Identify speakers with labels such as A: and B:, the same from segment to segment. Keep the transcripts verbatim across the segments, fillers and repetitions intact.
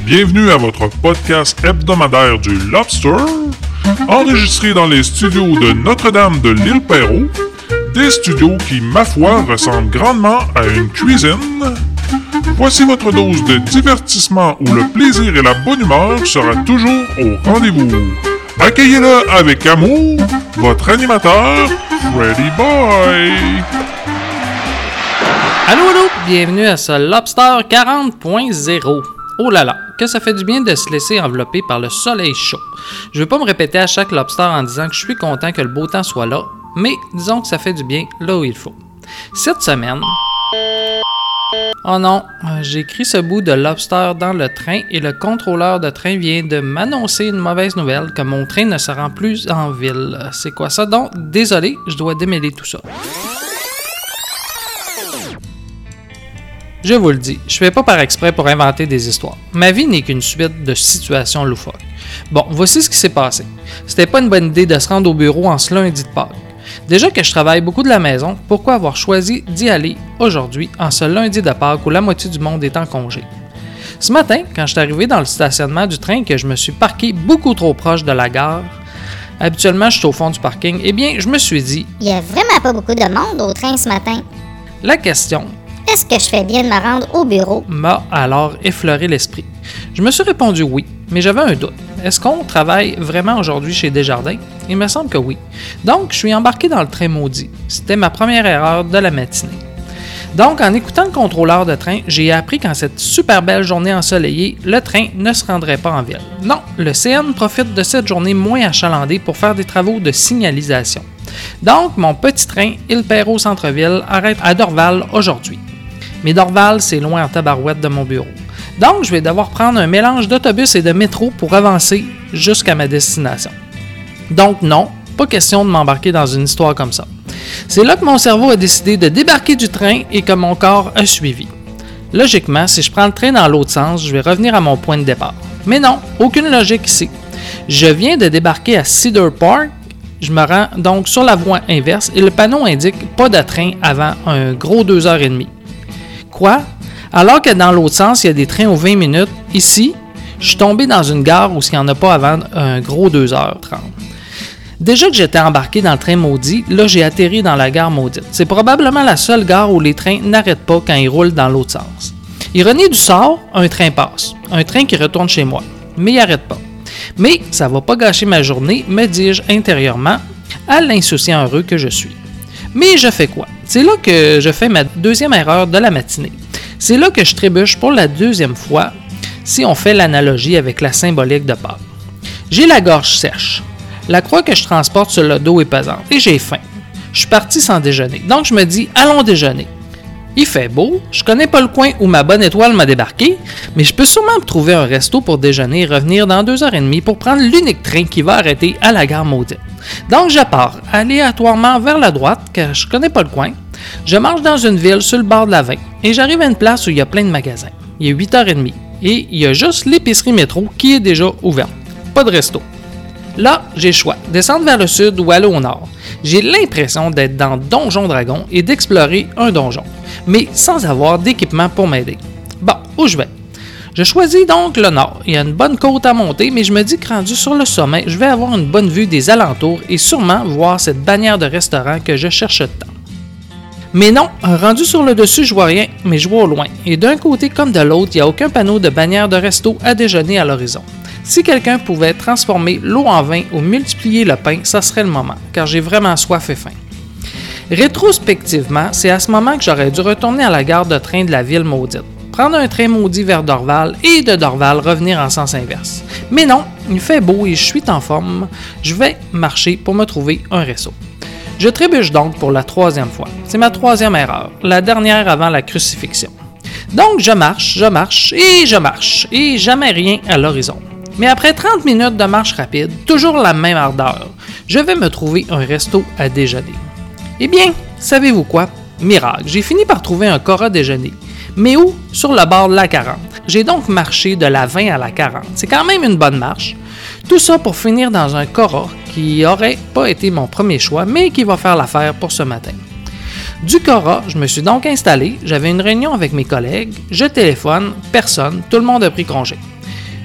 A: Bienvenue à votre podcast hebdomadaire du Lobster, enregistré dans les studios de Notre-Dame de l'Île-Perrot, des studios qui, ma foi, ressemblent grandement à une cuisine. Voici votre dose de divertissement où le plaisir et la bonne humeur sera toujours au rendez-vous. Accueillez-le avec amour, votre animateur, Freddy Boy.
B: Allô, allô, bienvenue à ce Lobster quarante point zéro. Oh là là, que ça fait du bien de se laisser envelopper par le soleil chaud. Je vais pas me répéter à chaque Lobster en disant que je suis content que le beau temps soit là, mais disons que ça fait du bien là où il faut. Cette semaine... Oh non, j'ai écrit ce bout de Lobster dans le train et le contrôleur de train vient de m'annoncer une mauvaise nouvelle, que mon train ne se rend plus en ville. C'est quoi ça donc? Désolé, je dois démêler tout ça. Je vous le dis, je fais pas par exprès pour inventer des histoires. Ma vie n'est qu'une suite de situations loufoques. Bon, voici ce qui s'est passé. C'était pas une bonne idée de se rendre au bureau en ce lundi de Pâques. Déjà que je travaille beaucoup de la maison, pourquoi avoir choisi d'y aller aujourd'hui en ce lundi de Pâques où la moitié du monde est en congé? Ce matin, quand je suis arrivé dans le stationnement du train et que je me suis parqué beaucoup trop proche de la gare, habituellement je suis au fond du parking, eh bien je me suis dit...
C: Il y a vraiment pas beaucoup de monde au train ce matin.
B: La question...
C: Est-ce que je fais bien de me rendre au bureau?
B: M'a alors effleuré l'esprit. Je me suis répondu oui, mais j'avais un doute. Est-ce qu'on travaille vraiment aujourd'hui chez Desjardins? Il me semble que oui. Donc, je suis embarqué dans le train maudit. C'était ma première erreur de la matinée. Donc, en écoutant le contrôleur de train, j'ai appris qu'en cette super belle journée ensoleillée, le train ne se rendrait pas en ville. Non, le C N profite de cette journée moins achalandée pour faire des travaux de signalisation. Donc, mon petit train Île-Perrot Centre-Ville arrête à Dorval aujourd'hui. Mais Dorval, c'est loin en tabarouette de mon bureau. Donc, je vais devoir prendre un mélange d'autobus et de métro pour avancer jusqu'à ma destination. Donc non, pas question de m'embarquer dans une histoire comme ça. C'est là que mon cerveau a décidé de débarquer du train et que mon corps a suivi. Logiquement, si je prends le train dans l'autre sens, je vais revenir à mon point de départ. Mais non, aucune logique ici. Je viens de débarquer à Cedar Park. Je me rends donc sur la voie inverse et le panneau indique pas de train avant un gros deux heures trente. Quoi? Alors que dans l'autre sens, il y a des trains aux vingt minutes, ici, je suis tombé dans une gare où il n'y en a pas avant un gros deux heures trente. Déjà que j'étais embarqué dans le train maudit, là j'ai atterri dans la gare maudite. C'est probablement la seule gare où les trains n'arrêtent pas quand ils roulent dans l'autre sens. Ironie du sort, un train passe. Un train qui retourne chez moi. Mais il n'arrête pas. Mais ça va pas gâcher ma journée, me dis-je intérieurement, à l'insouciant heureux que je suis. Mais je fais quoi? C'est là que je fais ma deuxième erreur de la matinée. C'est là que je trébuche pour la deuxième fois, si on fait l'analogie avec la symbolique de Pâques. J'ai la gorge sèche. La croix que je transporte sur le dos est pesante et j'ai faim. Je suis parti sans déjeuner, donc je me dis, allons déjeuner. Il fait beau, je connais pas le coin où ma bonne étoile m'a débarqué, mais je peux sûrement me trouver un resto pour déjeuner et revenir dans deux heures trente pour prendre l'unique train qui va arrêter à la gare maudite. Donc je pars aléatoirement vers la droite, car je connais pas le coin. Je marche dans une ville sur le bord de la vingt et j'arrive à une place où il y a plein de magasins. Il est huit heures trente et il y a juste l'épicerie métro qui est déjà ouverte. Pas de resto. Là, j'ai le choix, descendre vers le sud ou aller au nord. J'ai l'impression d'être dans Donjon Dragon et d'explorer un donjon, mais sans avoir d'équipement pour m'aider. Bon, où je vais? Je choisis donc le nord. Il y a une bonne côte à monter, mais je me dis que rendu sur le sommet, je vais avoir une bonne vue des alentours et sûrement voir cette bannière de restaurant que je cherche tant. Mais non, rendu sur le dessus, je vois rien, mais je vois au loin. Et d'un côté comme de l'autre, il n'y a aucun panneau de bannière de resto à déjeuner à l'horizon. Si quelqu'un pouvait transformer l'eau en vin ou multiplier le pain, ça serait le moment, car j'ai vraiment soif et faim. Rétrospectivement, c'est à ce moment que j'aurais dû retourner à la gare de train de la ville maudite, prendre un train maudit vers Dorval et de Dorval revenir en sens inverse. Mais non, il fait beau et je suis en forme, je vais marcher pour me trouver un resto. Je trébuche donc pour la troisième fois. C'est ma troisième erreur, la dernière avant la crucifixion. Donc je marche, je marche et je marche et jamais rien à l'horizon. Mais après trente minutes de marche rapide, toujours la même ardeur, je vais me trouver un resto à déjeuner. Eh bien, savez-vous quoi? Miracle, j'ai fini par trouver un Cora déjeuner. Mais où? Sur le bord de la quarante. J'ai donc marché de la vingt à la quarante. C'est quand même une bonne marche. Tout ça pour finir dans un Cora qui n'aurait pas été mon premier choix, mais qui va faire l'affaire pour ce matin. Du Cora, je me suis donc installé, j'avais une réunion avec mes collègues, je téléphone, personne, tout le monde a pris congé.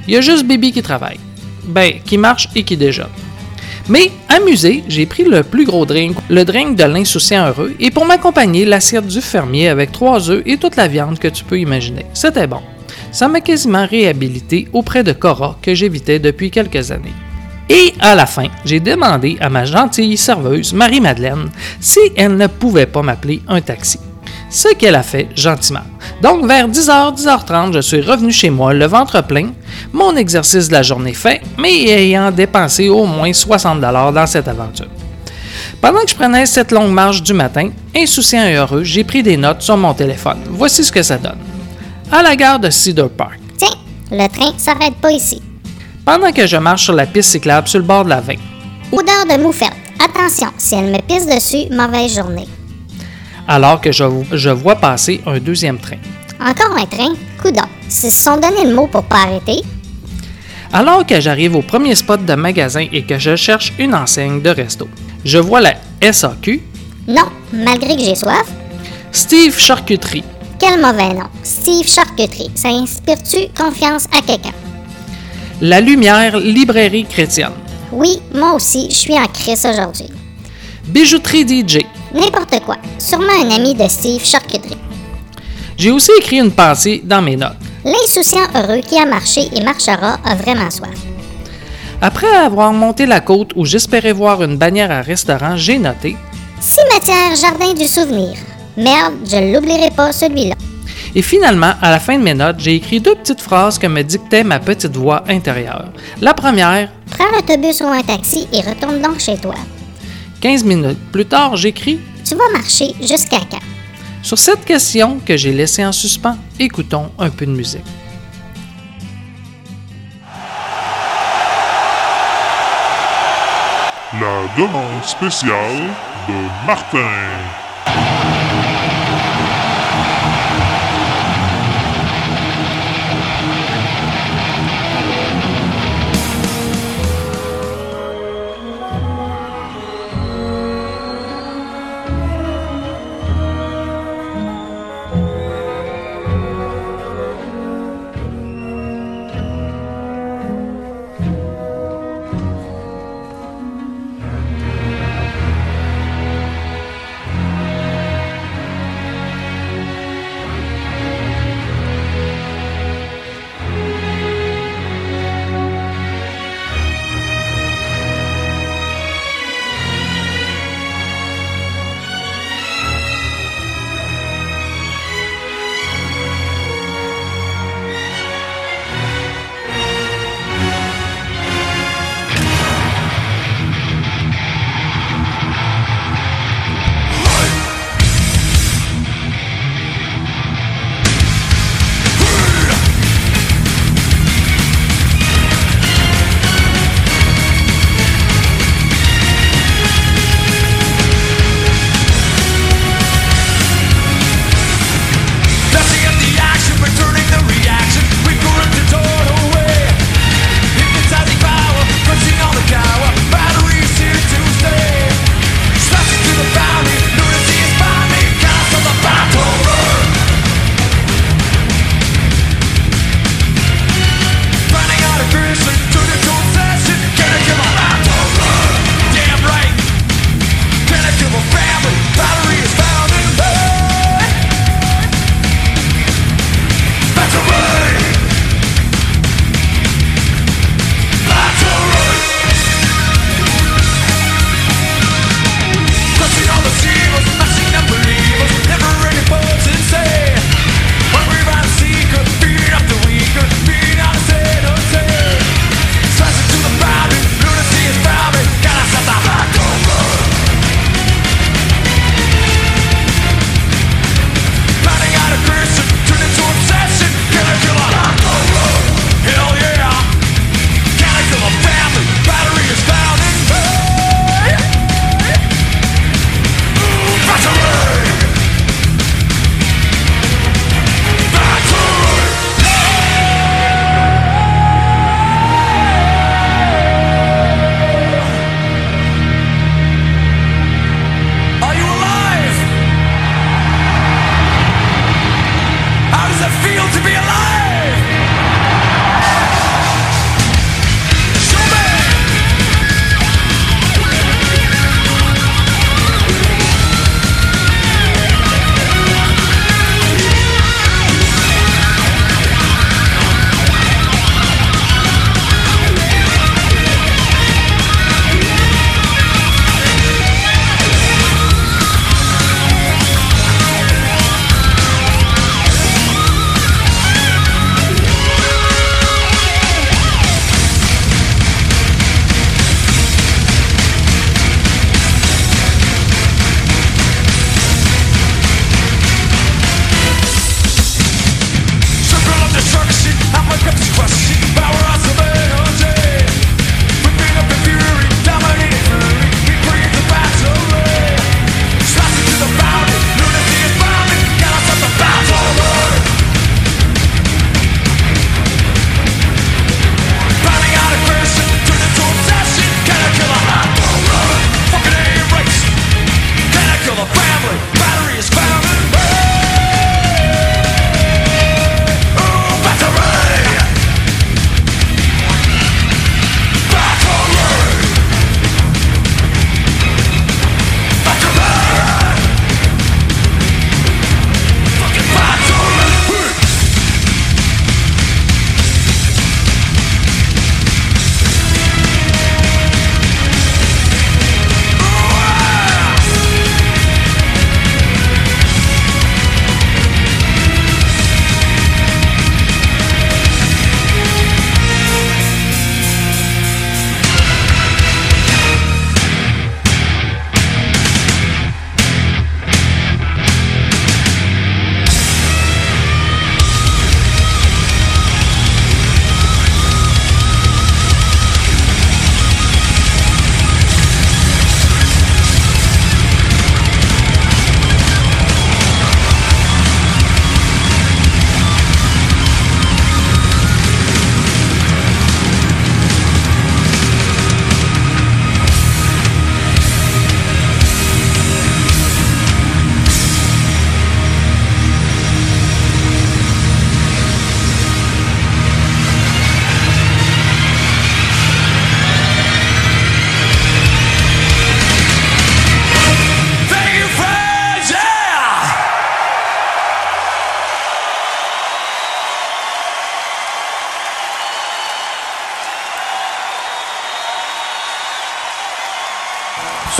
B: Il y a juste Bibi qui travaille. Ben, qui marche et qui déjeune. Mais, amusé, j'ai pris le plus gros drink, le drink de l'insouciant heureux, et pour m'accompagner, l'assiette du fermier avec trois œufs et toute la viande que tu peux imaginer. C'était bon. Ça m'a quasiment réhabilité auprès de Cora que j'évitais depuis quelques années. Et à la fin, j'ai demandé à ma gentille serveuse, Marie-Madeleine, si elle ne pouvait pas m'appeler un taxi. Ce qu'elle a fait gentiment. Donc, vers dix heures, dix heures trente, je suis revenu chez moi, le ventre plein, mon exercice de la journée fait, mais ayant dépensé au moins soixante dollars dans cette aventure. Pendant que je prenais cette longue marche du matin, insouciant et heureux, j'ai pris des notes sur mon téléphone. Voici ce que ça donne. À la gare de Cedar Park.
C: Tiens, le train s'arrête pas ici.
B: Pendant que je marche sur la piste cyclable sur le bord de la vingt.
C: Odeur de moufette. Attention, si elle me pisse dessus, mauvaise journée.
B: Alors que je, je vois passer un deuxième train.
C: Encore un train? Coudon. S'ils se sont donné le mot pour pas arrêter.
B: Alors que j'arrive au premier spot de magasin et que je cherche une enseigne de resto. Je vois la S A Q.
C: Non, malgré que j'ai soif.
B: Steve Charcuterie.
C: Quel mauvais nom. Steve Charcuterie. Ça inspire-tu confiance à quelqu'un?
B: La Lumière Librairie Chrétienne.
C: Oui, moi aussi, je suis en crise aujourd'hui.
B: Bijouterie D J.
C: N'importe quoi. Sûrement un ami de Steve Charcuterie.
B: J'ai aussi écrit une pensée dans mes notes.
C: L'insouciant heureux qui a marché et marchera a vraiment soif.
B: Après avoir monté la côte où j'espérais voir une bannière à restaurant, j'ai noté
C: Cimetière Jardin du Souvenir. Merde, je l'oublierai pas celui-là.
B: Et finalement, à la fin de mes notes, j'ai écrit deux petites phrases que me dictait ma petite voix intérieure. La première,
C: prends l'autobus ou un taxi et retourne donc chez toi.
B: quinze minutes plus tard, j'écris
C: tu vas marcher jusqu'à quand?
B: Sur cette question que j'ai laissée en suspens, écoutons un peu de musique.
A: La demande spéciale de Martin.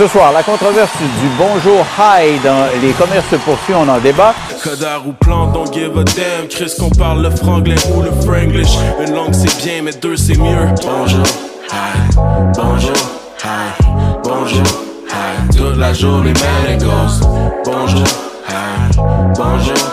D: Ce soir, la controverse du bonjour hi dans les commerces se poursuit, on en débat.
E: Codard ou plan, don't give a damn. Chris qu'on parle le franglais ou le franglish. Une langue c'est bien, mais deux c'est mieux. Bonjour, hi, bonjour, hi, bonjour, hi. Toute la journée, man, it goes. Bonjour, hi, bonjour,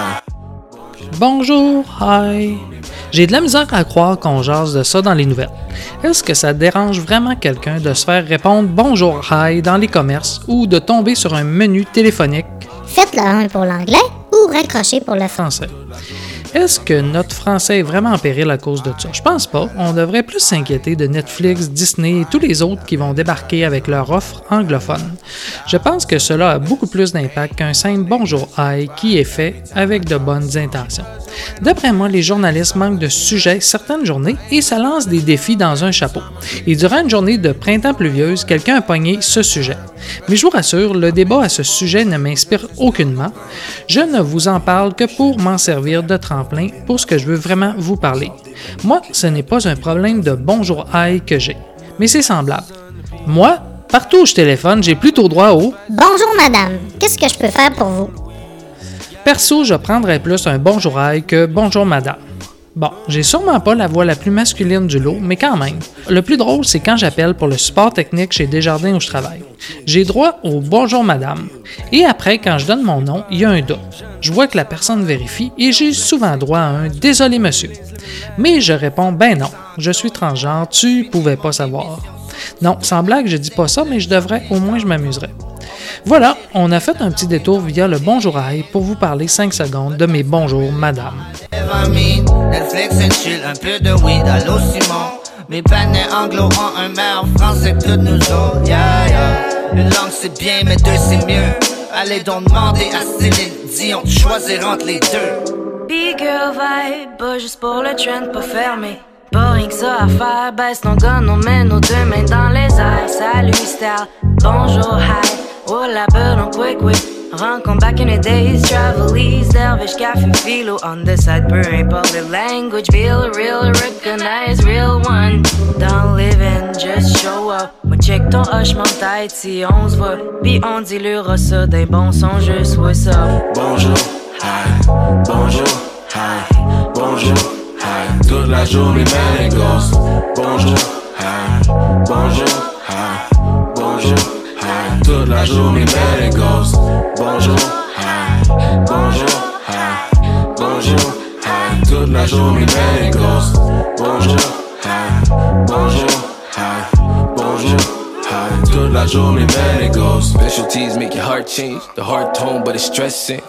E: hi.
B: Bonjour, hi. J'ai de la misère à croire qu'on jase de ça dans les nouvelles. Est-ce que ça dérange vraiment quelqu'un de se faire répondre « Bonjour, hi » dans les commerces ou de tomber sur un menu téléphonique?
C: Faites le un pour l'anglais ou raccrochez pour le français.
B: Français. Est-ce que notre français est vraiment en péril à cause de ça? Je pense pas. On devrait plus s'inquiéter de Netflix, Disney et tous les autres qui vont débarquer avec leur offre anglophone. Je pense que cela a beaucoup plus d'impact qu'un simple « Bonjour, hi » qui est fait avec de bonnes intentions. D'après moi, les journalistes manquent de sujets certaines journées et ça lance des défis dans un chapeau. Et durant une journée de printemps pluvieuse, quelqu'un a pogné ce sujet. Mais je vous rassure, le débat à ce sujet ne m'inspire aucunement. Je ne vous en parle que pour m'en servir de tremplin pour ce que je veux vraiment vous parler. Moi, ce n'est pas un problème de bonjour hi que j'ai, mais c'est semblable. Moi, partout où je téléphone, j'ai plutôt droit au
C: « Bonjour madame, qu'est-ce que je peux faire pour vous? »
B: Perso, je prendrais plus un bonjour hi que bonjour madame. Bon, j'ai sûrement pas la voix la plus masculine du lot, mais quand même. Le plus drôle, c'est quand j'appelle pour le support technique chez Desjardins où je travaille. J'ai droit au bonjour madame. Et après, quand je donne mon nom, il y a un doute. Je vois que la personne vérifie et j'ai souvent droit à un désolé monsieur. Mais je réponds ben non, je suis transgenre, tu pouvais pas savoir. Non, sans blague, je dis pas ça, mais je devrais, au moins je m'amuserais. Voilà, on a fait un petit détour via le bonjour hi pour vous parler cinq secondes de mes bonjours madame.
F: Netflix and chill, un peu de weed, allô Simon. Mes panais anglo ont un meilleur français que nous autres, yeah, yeah. Une langue c'est bien, mais deux c'est mieux. Allez donc demander à Céline Dion de choisir entre les deux.
G: Big girl vibe, pas juste pour le trend, pas fermé. Pas rien que ça à faire, baisse ton gun, on met nos deux mains dans les airs. Salut style, bonjour hi, oh la belle on quick quick. Rencontre back in the days, travel ease, dervish, café, philo on the side, peu importe le language, feel real, recognize real one. Don't live in, just show up. Moi check ton hochement de tête si on se voit, pis on dilura ça d'un bon son, juste ouais ça.
E: Bonjour, hi, bonjour, hi, bonjour, hi. Toute la journée, man, it goes. Bonjour, hi, bonjour, hi, bonjour, hi. Toute la journée, man, it goes. Bonjour, hi, bonjour, hi, bonjour, hi. Toute la journée, man, it goes. Bonjour, hi, bonjour, hi, bonjour, hi. Toute la journée, man, it goes.
H: Specialties make your heart change, the heart tone, but it's stressing.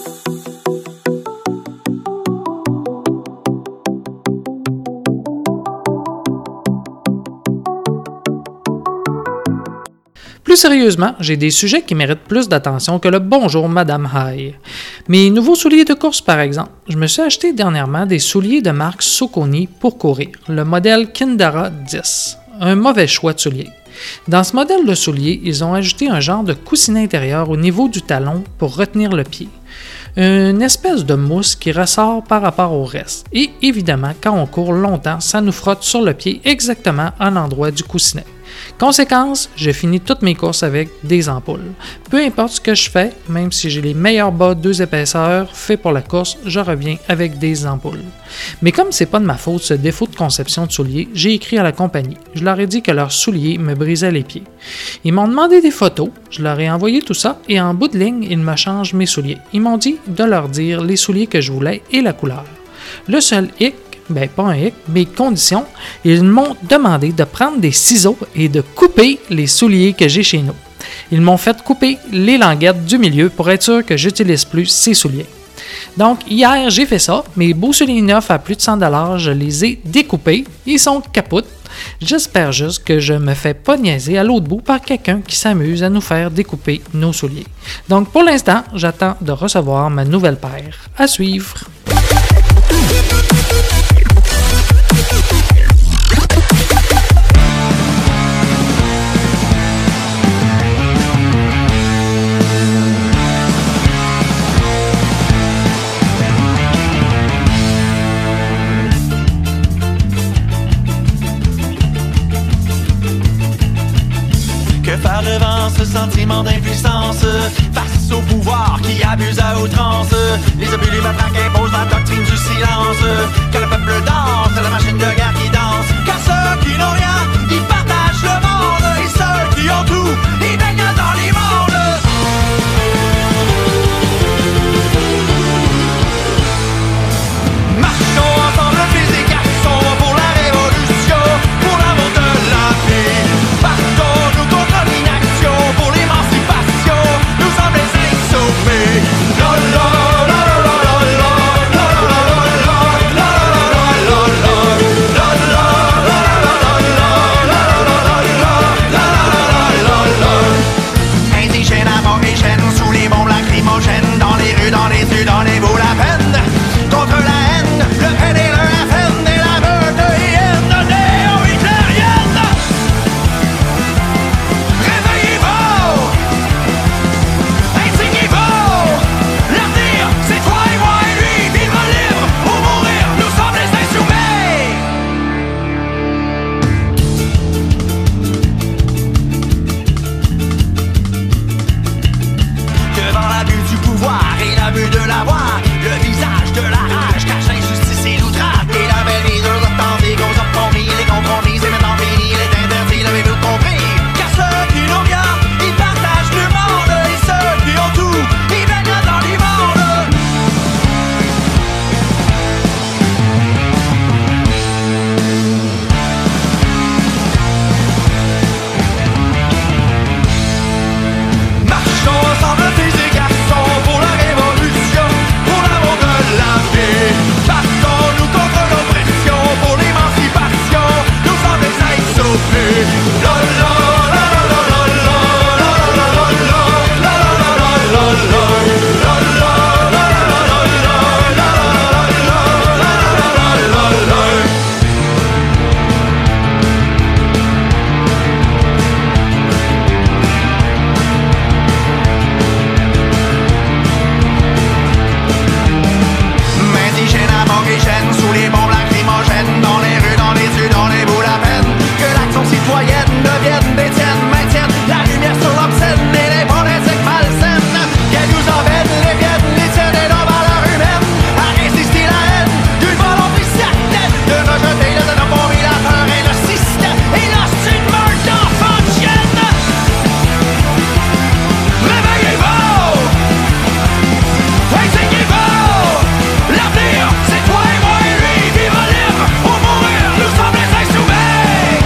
B: Plus sérieusement, j'ai des sujets qui méritent plus d'attention que le bonjour Madame Hi. Mes nouveaux souliers de course, par exemple. Je me suis acheté dernièrement des souliers de marque Saucony pour courir, le modèle Kindara dix. Un mauvais choix de souliers. Dans ce modèle de souliers, ils ont ajouté un genre de coussinet intérieur au niveau du talon pour retenir le pied. Une espèce de mousse qui ressort par rapport au reste. Et évidemment, quand on court longtemps, ça nous frotte sur le pied exactement à l'endroit du coussinet. Conséquence, je finis toutes mes courses avec des ampoules. Peu importe ce que je fais, même si j'ai les meilleurs bas deux épaisseurs faits pour la course, je reviens avec des ampoules. Mais comme c'est pas de ma faute ce défaut de conception de souliers, j'ai écrit à la compagnie. Je leur ai dit que leurs souliers me brisaient les pieds. Ils m'ont demandé des photos, je leur ai envoyé tout ça et en bout de ligne, ils me changent mes souliers. Ils m'ont dit de leur dire les souliers que je voulais et la couleur. Le seul hic, ben pas un hic, mais condition, ils m'ont demandé de prendre des ciseaux et de couper les souliers que j'ai chez nous. Ils m'ont fait couper les languettes du milieu pour être sûr que j'utilise plus ces souliers. Donc hier, j'ai fait ça, mes beaux souliers neufs à plus de cent dollars, je les ai découpés, ils sont capoutes. J'espère juste que je me fais pas niaiser à l'autre bout par quelqu'un qui s'amuse à nous faire découper nos souliers. Donc pour l'instant, j'attends de recevoir ma nouvelle paire. À suivre!
I: ce sentiment d'impuissance face au pouvoir qui abuse à outrance. Les abus, les matraques imposent la doctrine du silence. Que le peuple danse, c'est la machine de guerre qui danse. Car ceux qui n'ont rien, ils partagent le monde. Et ceux qui ont tout, ils baignent dans l'immonde. Marchons ensemble, filles et garçons, pour la révolution, pour l'amour de la vie. Partons-nous contre l'inaction, pour l'émancipation, nous sommes les insoumis. La la la la la la la la la la la la. Indigènes à mort et chaîne, sous les bombes lacrymogènes, dans les rues, dans les yeux, dans les bouts la peine. Contre la haine, le haine et le haine et la meute hyène néo-hitlérienne. Réveillez-vous, indignez-vous. L'avenir, c'est toi et moi et lui. Vivre libre ou mourir, nous sommes les insoumis. Devant l'abus du pouvoir et l'abus de la voix, le visage de la rage cache l'injustice et l'outrage. Et la belle vie de l'authentique, aux hommes commis, les compromis, c'est maintenant fini, il est interdit, l'avez-vous compris? Car ceux qui n'ont rien, ils partagent le monde. Et ceux qui ont tout, ils baignent dans l'immonde. Marchons ensemble, filles et garçons, pour la révolution, pour l'amour de la vie. Battons-nous contre l'oppression, pour l'émancipation, nous sommes les insoumis. La la la la la la la la la la la la la la Indigènes à mort et chaîne, sous les bombes lacrymogènes, dans les rues, dans les yeux, dans les bouts la peine. Que l'action citoyenne devienne des tiennes, maintienne la lumière sur l'obscène et les politiques malsaines. Qu'elles nous emmènent, les viennent, les tiennent et nos valeurs humaines. À résister la haine d'une volonté certaine de rejeter le xénophobie, la peur et le système. Et là, c'est une meute d'enfants de chienne. Réveillez-vous, indignez-vous. L'avenir, c'est toi et moi et lui. Vivre libre ou mourir, nous sommes les insoumis.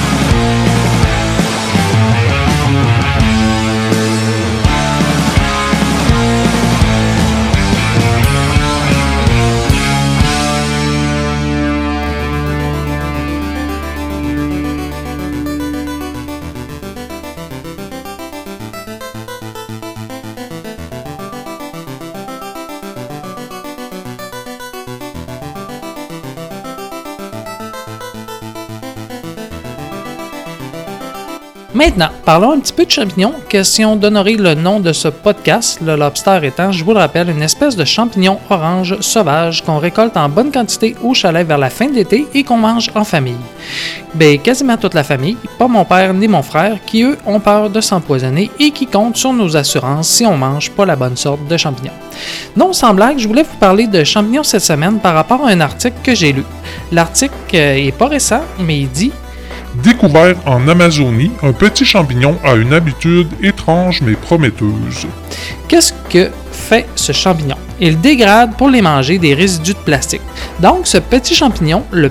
B: Maintenant, parlons un petit peu de champignons. Question d'honorer le nom de ce podcast, le lobster étant, je vous le rappelle, une espèce de champignon orange sauvage qu'on récolte en bonne quantité au chalet vers la fin de l'été et qu'on mange en famille. Ben, quasiment toute la famille, pas mon père ni mon frère, qui eux ont peur de s'empoisonner et qui comptent sur nos assurances si on mange pas la bonne sorte de champignons. Non, sans blague, je voulais vous parler de champignons cette semaine par rapport à un article que j'ai lu. L'article euh, est pas récent, mais il dit
A: Découvert en Amazonie, un petit champignon a une habitude étrange mais prometteuse.
B: Qu'est-ce que fait ce champignon? Il dégrade pour les manger des résidus de plastique. Donc, ce petit champignon, le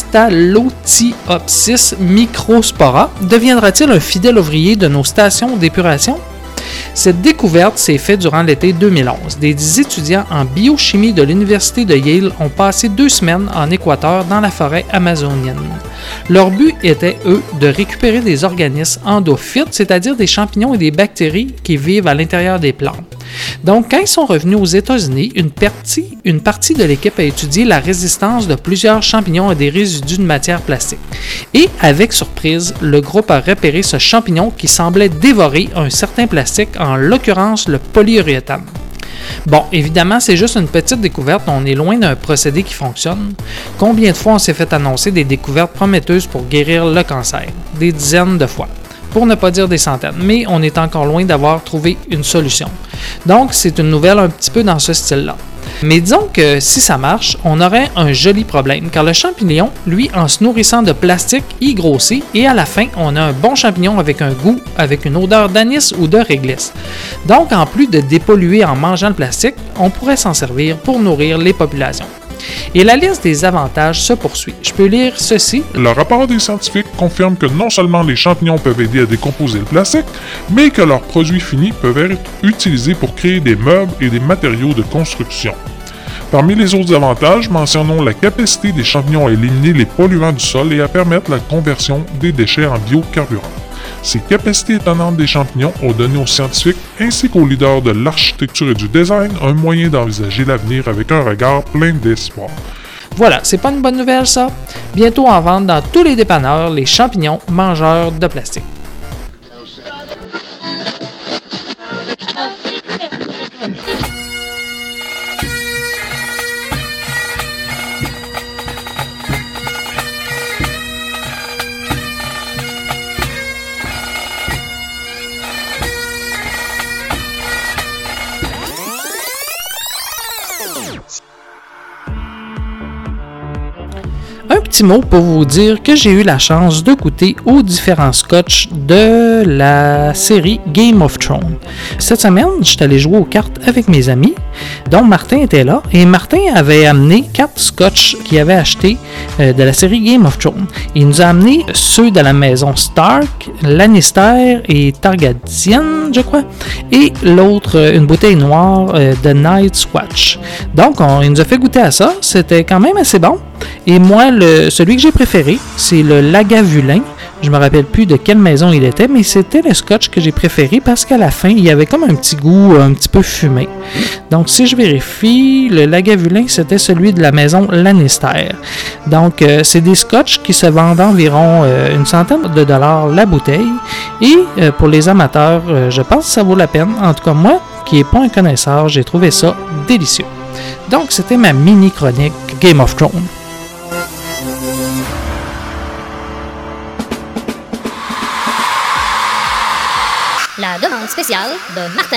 B: Pestalothiopsis microspora, deviendra-t-il un fidèle ouvrier de nos stations d'épuration? Cette découverte s'est faite durant l'été deux mille onze. Des étudiants en biochimie de l'Université de Yale ont passé deux semaines en Équateur dans la forêt amazonienne. Leur but était, eux, de récupérer des organismes endophytes, c'est-à-dire des champignons et des bactéries qui vivent à l'intérieur des plantes. Donc, quand ils sont revenus aux États-Unis, une partie, une partie de l'équipe a étudié la résistance de plusieurs champignons à des résidus de matière plastique. Et, avec surprise, le groupe a repéré ce champignon qui semblait dévorer un certain plastique, en l'occurrence le polyuréthane. Bon, évidemment, c'est juste une petite découverte, on est loin d'un procédé qui fonctionne. Combien de fois on s'est fait annoncer des découvertes prometteuses pour guérir le cancer? Des dizaines de fois. pour ne pas dire des centaines, mais on est encore loin d'avoir trouvé une solution. Donc, c'est une nouvelle un petit peu dans ce style-là. Mais disons que si ça marche, on aurait un joli problème, car le champignon, lui, en se nourrissant de plastique, il grossit, et à la fin, on a un bon champignon avec un goût, avec une odeur d'anis ou de réglisse. Donc, en plus de dépolluer en mangeant le plastique, on pourrait s'en servir pour nourrir les populations. Et la liste des avantages se poursuit. Je peux lire ceci.
A: Le rapport des scientifiques confirme que non seulement les champignons peuvent aider à décomposer le plastique, mais que leurs produits finis peuvent être utilisés pour créer des meubles et des matériaux de construction. Parmi les autres avantages, mentionnons la capacité des champignons à éliminer les polluants du sol et à permettre la conversion des déchets en biocarburant. Ces capacités étonnantes des champignons ont donné aux scientifiques ainsi qu'aux leaders de l'architecture et du design un moyen d'envisager l'avenir avec un regard plein d'espoir.
B: Voilà, c'est pas une bonne nouvelle ça? Bientôt en vente dans tous les dépanneurs, les champignons mangeurs de plastique. Un petit mot pour vous dire que j'ai eu la chance de goûter aux différents scotch de la série Game of Thrones. Cette semaine, je suis allé jouer aux cartes avec mes amis, dont Martin était là, et Martin avait amené quatre scotch qu'il avait achetés euh, de la série Game of Thrones. Il nous a amené ceux de la maison Stark, Lannister et Targaryen, je crois, et l'autre, une bouteille noire euh, de Night's Watch. Donc, on, il nous a fait goûter à ça, c'était quand même assez bon. Et moi, le, celui que j'ai préféré, c'est le Lagavulin. Je me rappelle plus de quelle maison il était, mais c'était le scotch que j'ai préféré parce qu'à la fin, il y avait comme un petit goût un petit peu fumé. Donc, si je vérifie, le Lagavulin, c'était celui de la maison Lannister. Donc, euh, c'est des scotch qui se vendent environ euh, une centaine de dollars la bouteille. Et euh, pour les amateurs, euh, je pense que ça vaut la peine. En tout cas, moi, qui n'est pas un connaisseur, j'ai trouvé ça délicieux. Donc, c'était ma mini-chronique Game of Thrones.
J: La demande spéciale de Martin.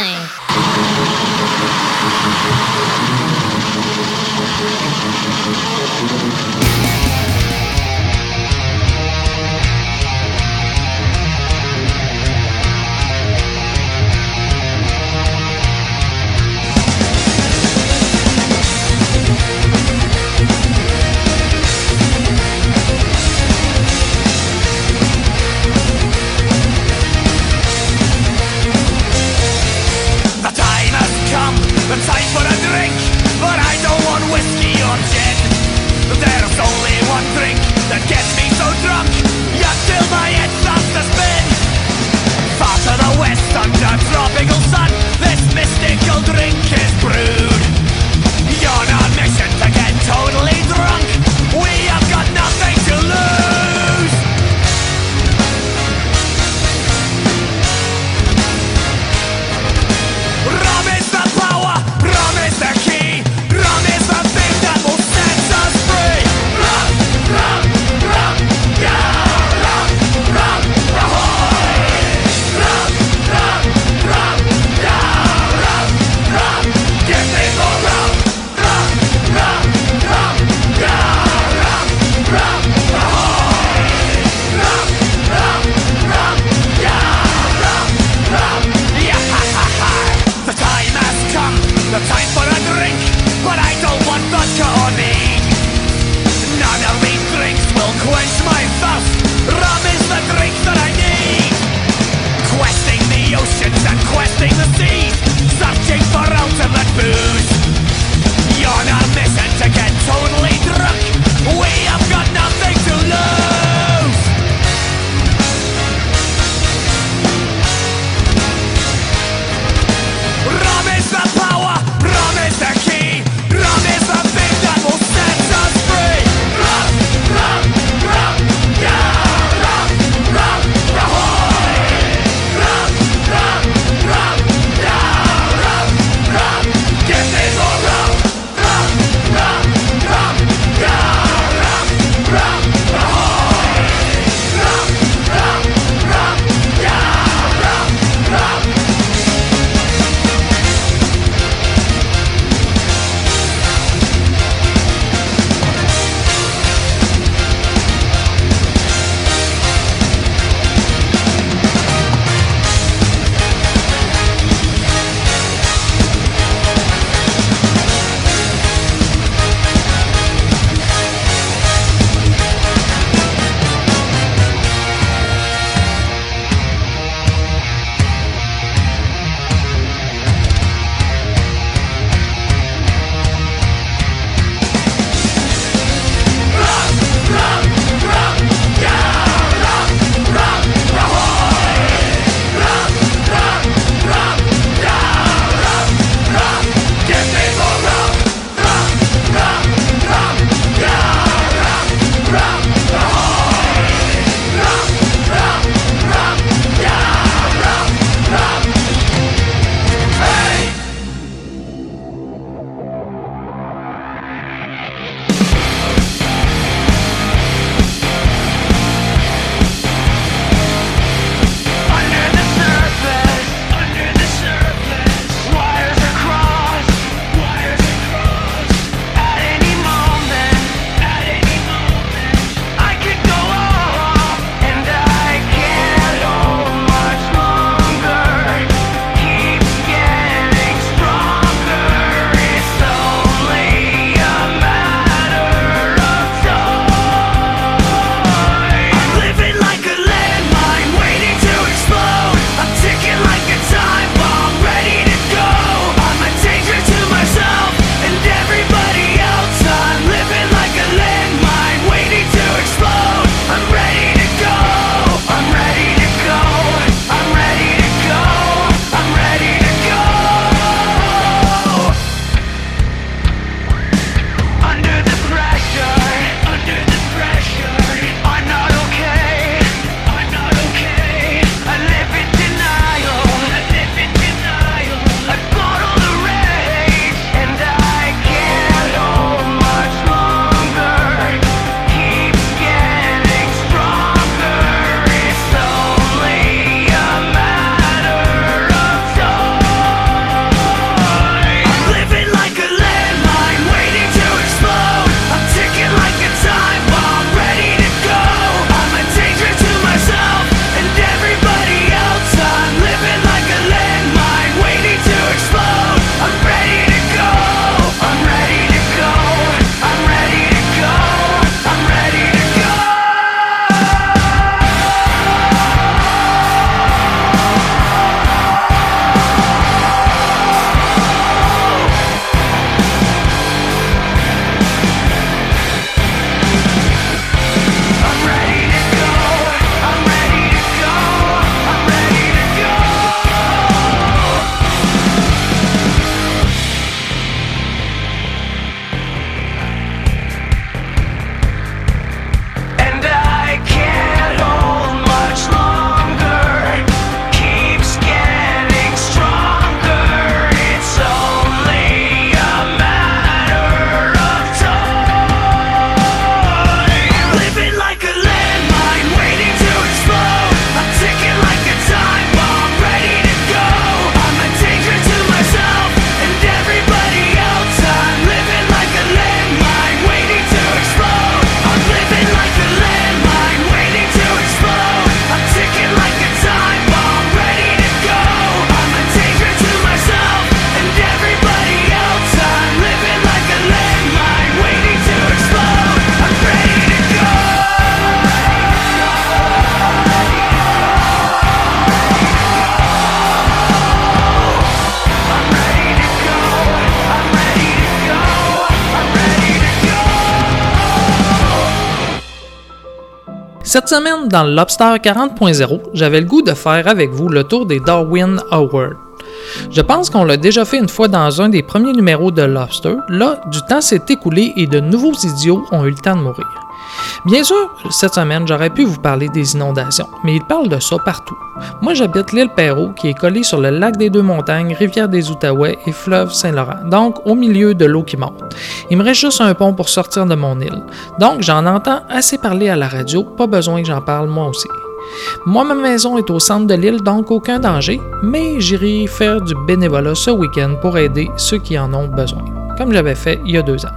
B: Cette semaine, dans le Lobster quarante point zéro, j'avais le goût de faire avec vous le tour des Darwin Awards. Je pense qu'on l'a déjà fait une fois dans un des premiers numéros de Lobster. Là, du temps s'est écoulé et de nouveaux idiots ont eu le temps de mourir. Bien sûr, cette semaine, j'aurais pu vous parler des inondations, mais ils parlent de ça partout. Moi, j'habite l'île Perrault, qui est collée sur le lac des Deux-Montagnes, rivière des Outaouais et fleuve Saint-Laurent, donc au milieu de l'eau qui monte. Il me reste juste un pont pour sortir de mon île, donc j'en entends assez parler à la radio, pas besoin que j'en parle moi aussi. Moi, ma maison est au centre de l'île, donc aucun danger, mais j'irai faire du bénévolat ce week-end pour aider ceux qui en ont besoin, comme j'avais fait il y a deux ans.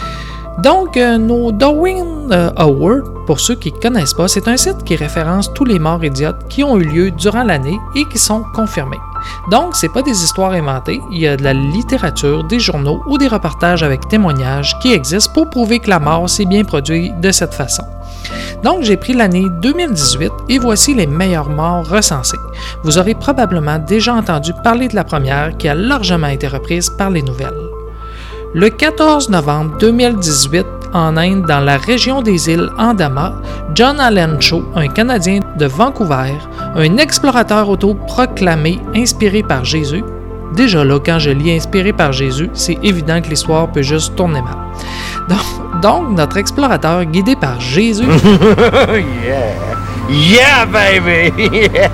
B: Donc, euh, nos Darwin euh, Awards, pour ceux qui ne connaissent pas, c'est un site qui référence tous les morts idiotes qui ont eu lieu durant l'année et qui sont confirmés. Donc, c'est pas des histoires inventées, il y a de la littérature, des journaux ou des reportages avec témoignages qui existent pour prouver que la mort s'est bien produite de cette façon. Donc, j'ai pris l'année deux mille dix-huit et voici les meilleures morts recensées. Vous aurez probablement déjà entendu parler de la première qui a largement été reprise par les nouvelles. Le quatorze novembre deux mille dix-huit, en Inde, dans la région des îles Andaman, John Allen Cho, un Canadien de Vancouver, un explorateur autoproclamé inspiré par Jésus. Déjà là, quand je lis inspiré par Jésus, c'est évident que l'histoire peut juste tourner mal. Donc, donc notre explorateur, guidé par Jésus,
D: yeah! Yeah, baby! Yeah!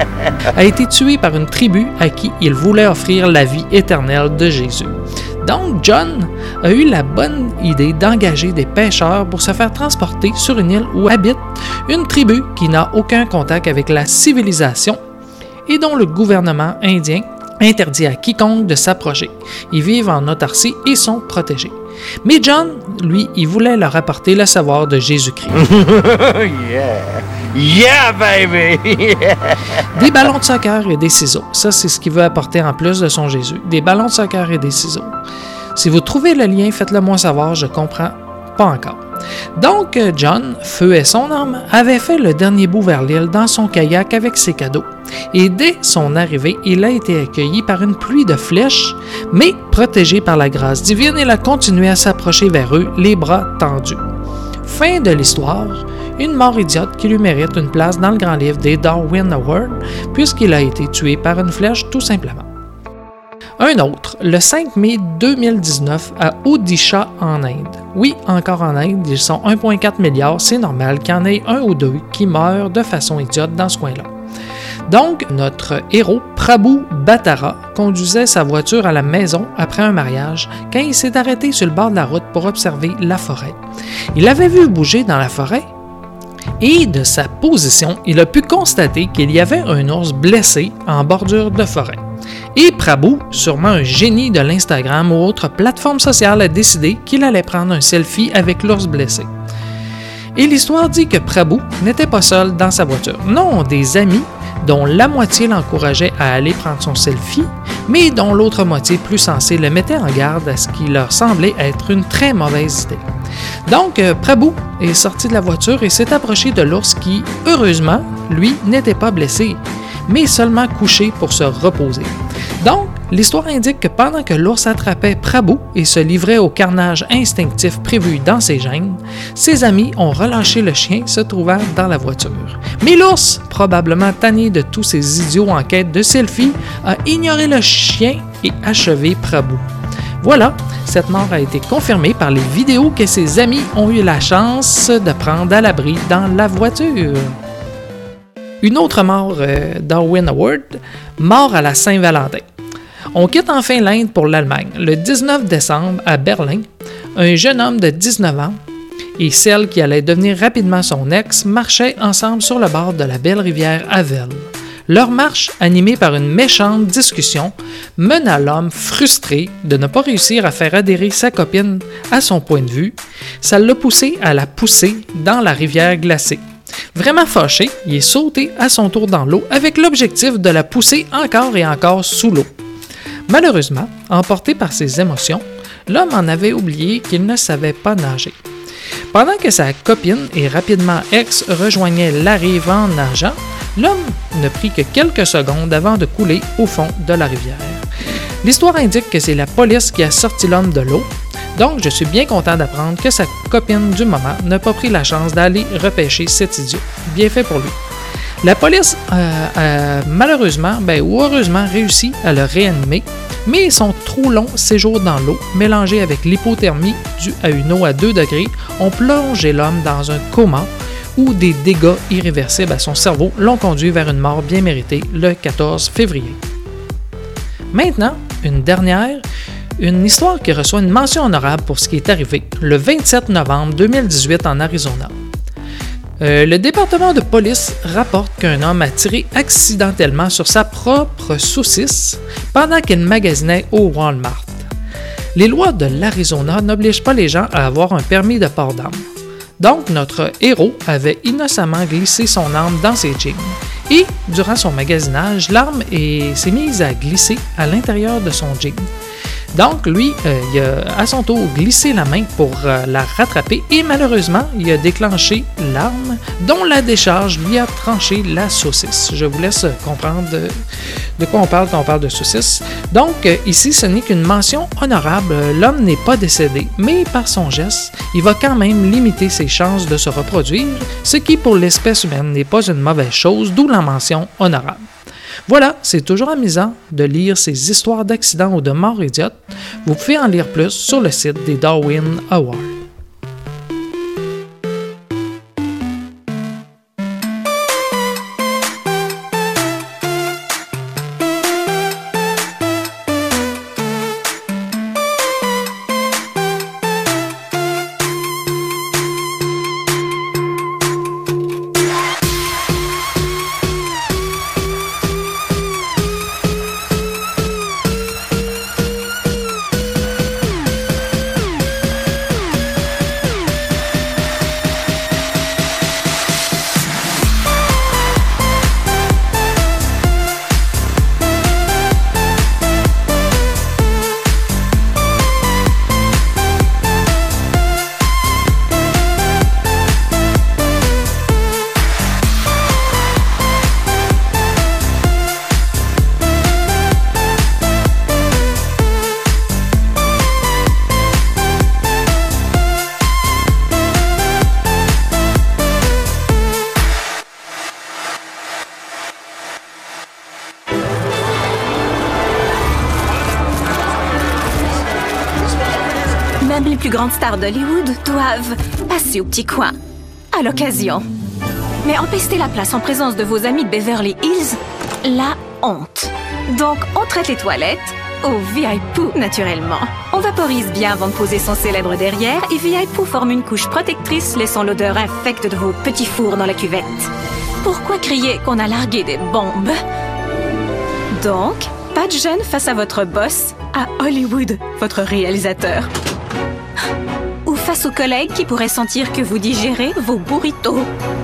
B: a été tué par une tribu à qui il voulait offrir la vie éternelle de Jésus. Donc, John a eu la bonne idée d'engager des pêcheurs pour se faire transporter sur une île où habite une tribu qui n'a aucun contact avec la civilisation et dont le gouvernement indien interdit à quiconque de s'approcher. Ils vivent en autarcie et sont protégés. Mais John, lui, il voulait leur apporter le savoir de Jésus-Christ.
D: Yeah! Yeah, baby! Yeah!
B: Des ballons de soccer et des ciseaux. Ça, c'est ce qu'il veut apporter en plus de son Jésus. Des ballons de soccer et des ciseaux. Si vous trouvez le lien, faites-le moi savoir, je comprends pas encore. Donc, John, feu et son âme, avait fait le dernier bout vers l'île dans son kayak avec ses cadeaux. Et dès son arrivée, il a été accueilli par une pluie de flèches, mais protégé par la grâce divine, il a continué à s'approcher vers eux, les bras tendus. Fin de l'histoire, une mort idiote qui lui mérite une place dans le grand livre des Darwin Awards, puisqu'il a été tué par une flèche tout simplement. Un autre, le cinq mai deux mille dix-neuf à Odisha en Inde. Oui, encore en Inde, ils sont un virgule quatre milliard, c'est normal qu'il y en ait un ou deux qui meurent de façon idiote dans ce coin-là. Donc, notre héros, Prabhu Bhattara, conduisait sa voiture à la maison après un mariage quand il s'est arrêté sur le bord de la route pour observer la forêt. Il avait vu bouger dans la forêt et de sa position, il a pu constater qu'il y avait un ours blessé en bordure de forêt. Et Prabhu, sûrement un génie de l'Instagram ou autre plateforme sociale, a décidé qu'il allait prendre un selfie avec l'ours blessé. Et l'histoire dit que Prabhu n'était pas seul dans sa voiture. Non, des amis dont la moitié l'encourageait à aller prendre son selfie, mais dont l'autre moitié plus sensée le mettait en garde à ce qui leur semblait être une très mauvaise idée. Donc, Prabhu est sorti de la voiture et s'est approché de l'ours qui, heureusement, lui, n'était pas blessé, mais seulement couché pour se reposer. Donc, l'histoire indique que pendant que l'ours attrapait Prabhu et se livrait au carnage instinctif prévu dans ses gènes, ses amis ont relâché le chien se trouvant dans la voiture. Mais l'ours, probablement tanné de tous ces idiots en quête de selfie, a ignoré le chien et achevé Prabhu. Voilà, cette mort a été confirmée par les vidéos que ses amis ont eu la chance de prendre à l'abri dans la voiture. Une autre mort euh, Darwin Award, mort à la Saint-Valentin. On quitte enfin l'Inde pour l'Allemagne. Le dix-neuf décembre, à Berlin, un jeune homme de dix-neuf ans et celle qui allait devenir rapidement son ex marchaient ensemble sur le bord de la belle rivière Havel. Leur marche, animée par une méchante discussion, mena l'homme frustré de ne pas réussir à faire adhérer sa copine à son point de vue. Ça l'a poussé à la pousser dans la rivière glacée. Vraiment fâché, il est sauté à son tour dans l'eau avec l'objectif de la pousser encore et encore sous l'eau. Malheureusement, emporté par ses émotions, l'homme en avait oublié qu'il ne savait pas nager. Pendant que sa copine et rapidement ex rejoignaient la rive en nageant, l'homme ne prit que quelques secondes avant de couler au fond de la rivière. L'histoire indique que c'est la police qui a sorti l'homme de l'eau. Donc, je suis bien content d'apprendre que sa copine du moment n'a pas pris la chance d'aller repêcher cet idiot. Bien fait pour lui. La police euh, a malheureusement, ben, ou heureusement, réussi à le réanimer, mais son trop long séjour dans l'eau, mélangé avec l'hypothermie due à une eau à deux degrés, ont plongé l'homme dans un coma où des dégâts irréversibles à son cerveau l'ont conduit vers une mort bien méritée le quatorze février. Maintenant, une dernière, une histoire qui reçoit une mention honorable pour ce qui est arrivé le vingt-sept novembre deux mille dix-huit en Arizona. Euh, le département de police rapporte qu'un homme a tiré accidentellement sur sa propre saucisse pendant qu'il magasinait au Walmart. Les lois de l'Arizona n'obligent pas les gens à avoir un permis de port d'arme. Donc, notre héros avait innocemment glissé son arme dans ses jeans. Et, durant son magasinage, l'arme est- s'est mise à glisser à l'intérieur de son jean. Donc, lui, euh, il a à son tour glissé la main pour euh, la rattraper et malheureusement, il a déclenché l'arme dont la décharge lui a tranché la saucisse. Je vous laisse comprendre de, de quoi on parle quand on parle de saucisse. Donc, euh, ici, ce n'est qu'une mention honorable. L'homme n'est pas décédé, mais par son geste, il va quand même limiter ses chances de se reproduire, ce qui pour l'espèce humaine n'est pas une mauvaise chose, d'où la mention honorable. Voilà, c'est toujours amusant de lire ces histoires d'accidents ou de morts idiotes. Vous pouvez en lire plus sur le site des Darwin Awards.
K: Même les plus grandes stars d'Hollywood doivent passer au petit coin, à l'occasion. Mais empester la place en présence de vos amis de Beverly Hills, la honte. Donc, on traite les toilettes au V I P, naturellement. On vaporise bien avant de poser son célèbre derrière et V I P forme une couche protectrice laissant l'odeur infecte de vos petits fours dans la cuvette. Pourquoi crier qu'on a largué des bombes? Donc, pas de gêne face à votre boss à Hollywood, votre réalisateur. Ou face aux collègues qui pourraient sentir que vous digérez vos burritos.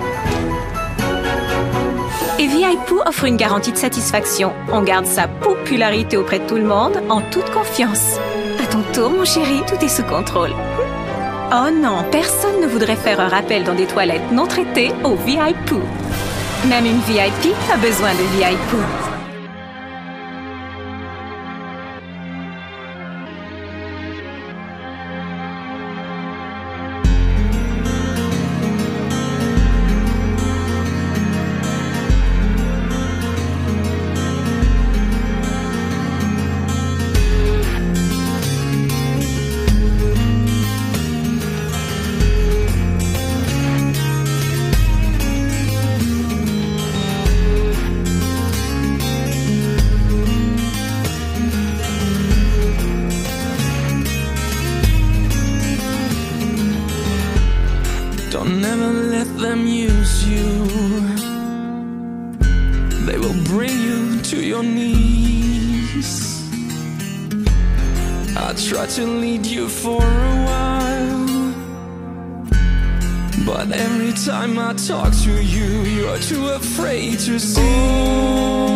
K: Et V I P offre une garantie de satisfaction. On garde sa popularité auprès de tout le monde en toute confiance. À ton tour, mon chéri, tout est sous contrôle. Oh non, personne ne voudrait faire un rappel dans des toilettes non traitées au V I P. Même une V I P a besoin de V I P.
E: Don't never let them use you. They will bring you to your knees. I tried to lead you for a while, but every time I talk to you, you're too afraid to see.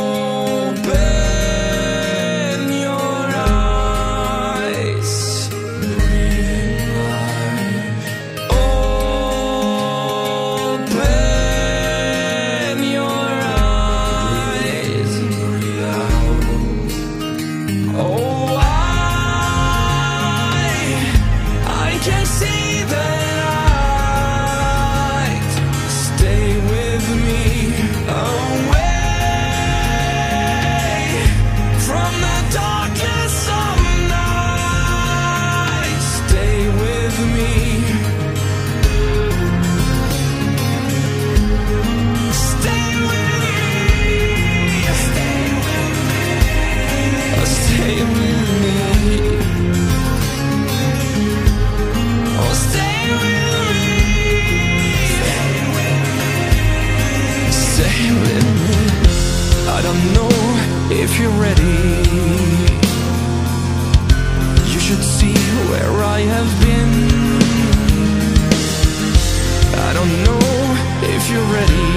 E: Open your eyes. Oh, I where I have been. I don't know if you're ready,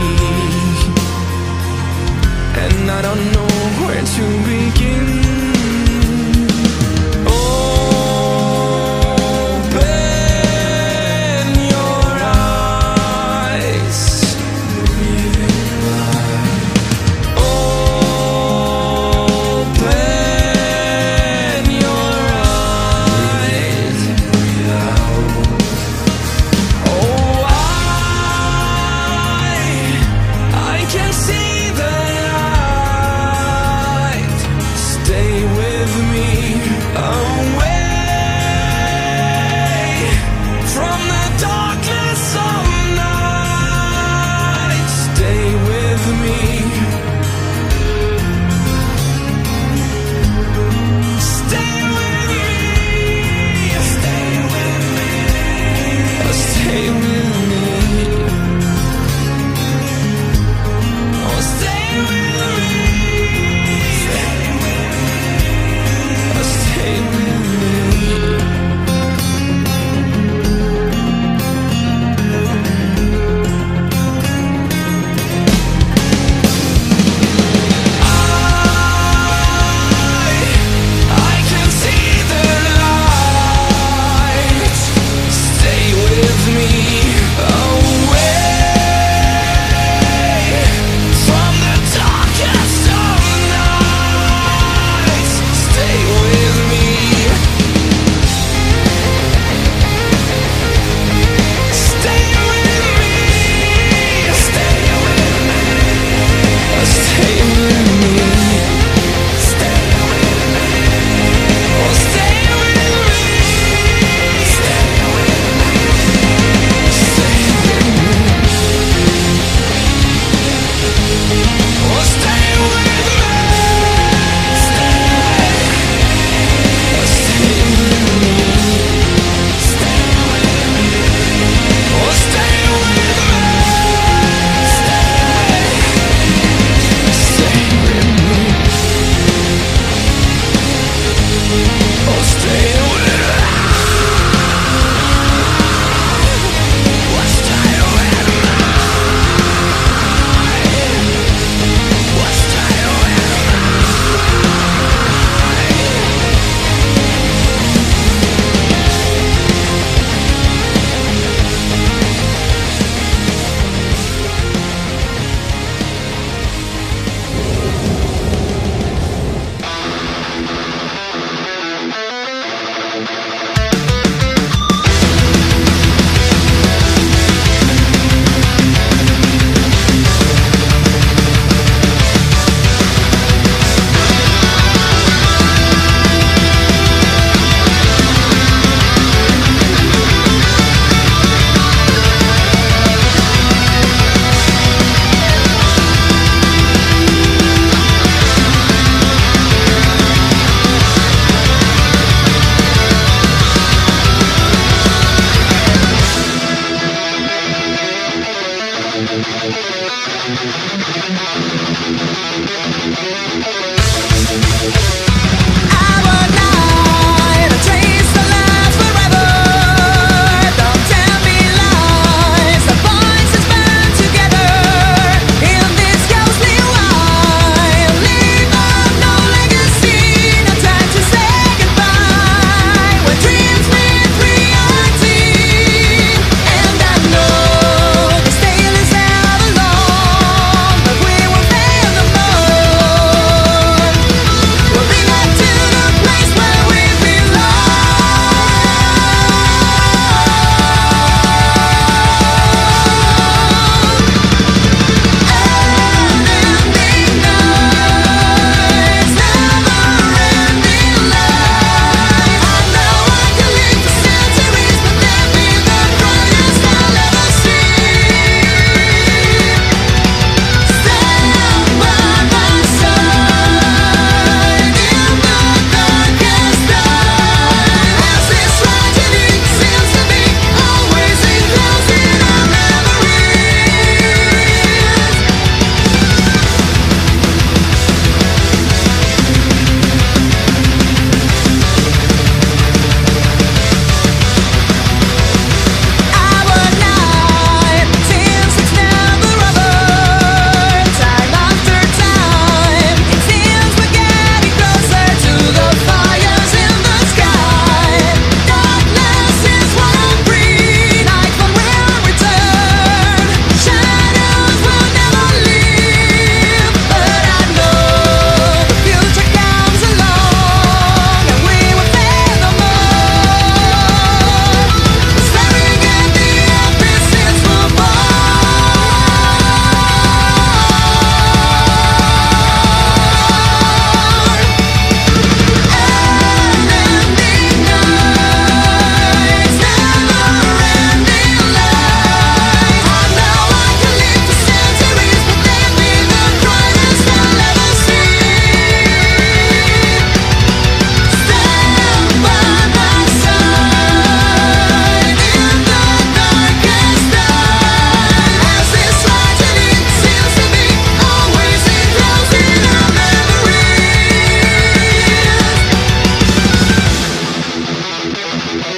E: and I don't know where to begin.
L: I can see the light.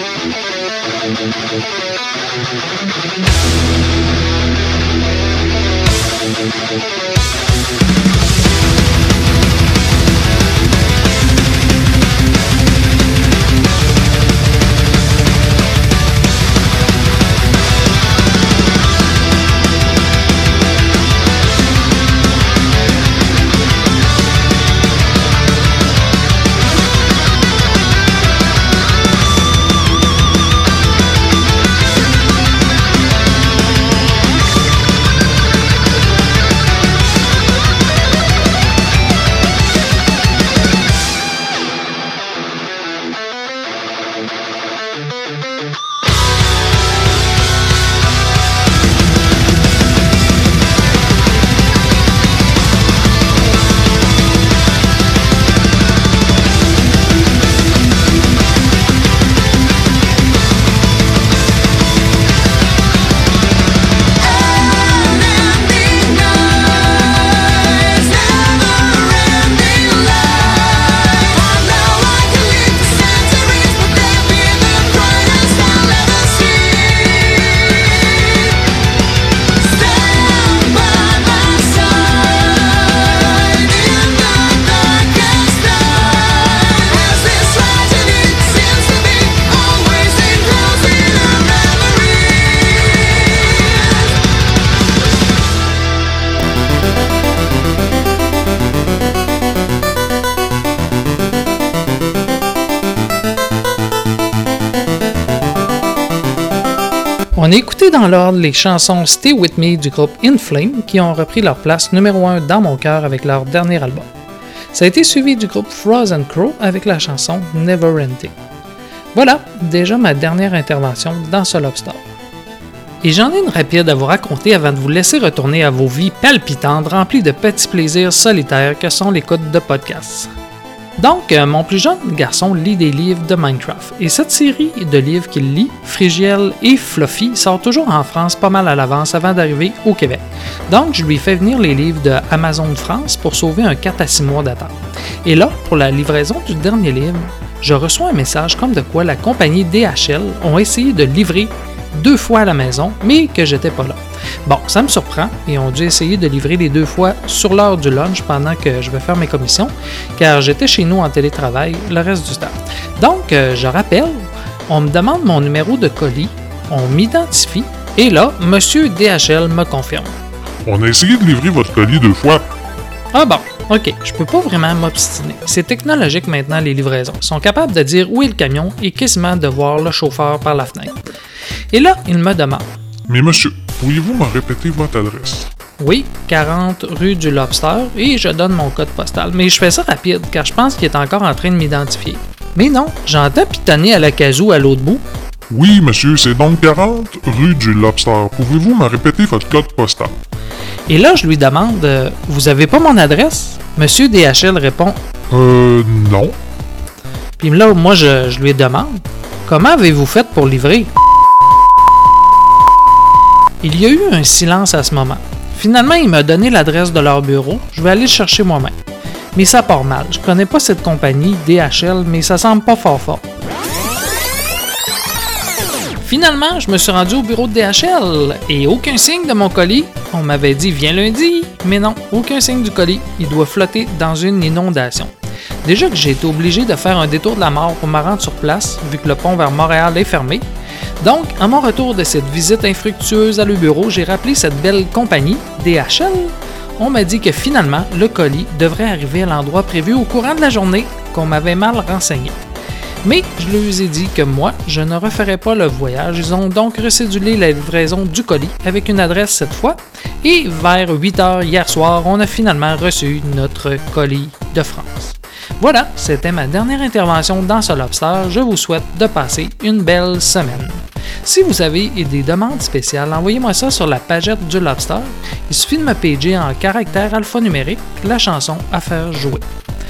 B: On a écouté dans l'ordre les chansons Stay With Me du groupe In Flame qui ont repris leur place numéro un dans mon cœur avec leur dernier album. Ça a été suivi du groupe Frozen Crow avec la chanson Never Ending. Voilà, déjà ma dernière intervention dans ce Lobster. Et j'en ai une rapide à vous raconter avant de vous laisser retourner à vos vies palpitantes remplies de petits plaisirs solitaires que sont l'écoute de podcasts. Donc, euh, mon plus jeune garçon lit des livres de Minecraft, et cette série de livres qu'il lit, Frigiel et Fluffy, sort toujours en France pas mal à l'avance avant d'arriver au Québec. Donc, je lui fais venir les livres de Amazon France pour sauver un quatre à six mois d'attente. Et là, pour la livraison du dernier livre, je reçois un message comme de quoi la compagnie D H L ont essayé de livrer deux fois à la maison, mais que j'étais pas là. Bon, ça me surprend et on dû essayer de livrer les deux fois sur l'heure du lunch pendant que je vais faire mes commissions, car j'étais chez nous en télétravail le reste du temps. Donc, euh, je rappelle, on me demande mon numéro de colis, on m'identifie, et là, Monsieur D H L me confirme.
A: On a essayé de livrer votre colis deux fois.
B: Ah bon, ok, je peux pas vraiment m'obstiner. C'est technologique maintenant les livraisons. Ils sont capables de dire où est le camion et quasiment de voir le chauffeur par la fenêtre. Et là, il me demande.
A: Mais monsieur, pourriez-vous me répéter votre adresse?
B: Oui, quarante rue du Lobster, et je donne mon code postal. Mais je fais ça rapide, car je pense qu'il est encore en train de m'identifier. Mais non, j'entends pitonner à la casou à l'autre bout.
A: Oui, monsieur, c'est donc quarante rue du Lobster. Pouvez-vous me répéter votre code postal?
B: Et là, je lui demande, euh, vous avez pas mon adresse? Monsieur D H L répond,
A: Euh, non.
B: Puis là, moi, je, je lui demande, comment avez-vous fait pour livrer? Il y a eu un silence à ce moment. Finalement, il m'a donné l'adresse de leur bureau. Je vais aller le chercher moi-même. Mais ça part mal. Je connais pas cette compagnie, D H L, mais ça semble pas fort fort. Finalement, je me suis rendu au bureau de D H L et aucun signe de mon colis. On m'avait dit « Viens lundi », mais non, aucun signe du colis. Il doit flotter dans une inondation. Déjà que j'ai été obligé de faire un détour de la mort pour me rendre sur place, vu que le pont vers Montréal est fermé. Donc, à mon retour de cette visite infructueuse à le bureau, j'ai rappelé cette belle compagnie, D H L. On m'a dit que finalement, le colis devrait arriver à l'endroit prévu au courant de la journée, qu'on m'avait mal renseigné. Mais je leur ai dit que moi, je ne referais pas le voyage. Ils ont donc recédulé la livraison du colis avec une adresse cette fois. Et vers huit heures hier soir, on a finalement reçu notre colis de France. Voilà, c'était ma dernière intervention dans ce Lobster. Je vous souhaite de passer une belle semaine. Si vous avez des demandes spéciales, envoyez-moi ça sur la pagette du Lobster. Il suffit de me pager en caractère alphanumérique la chanson à faire jouer.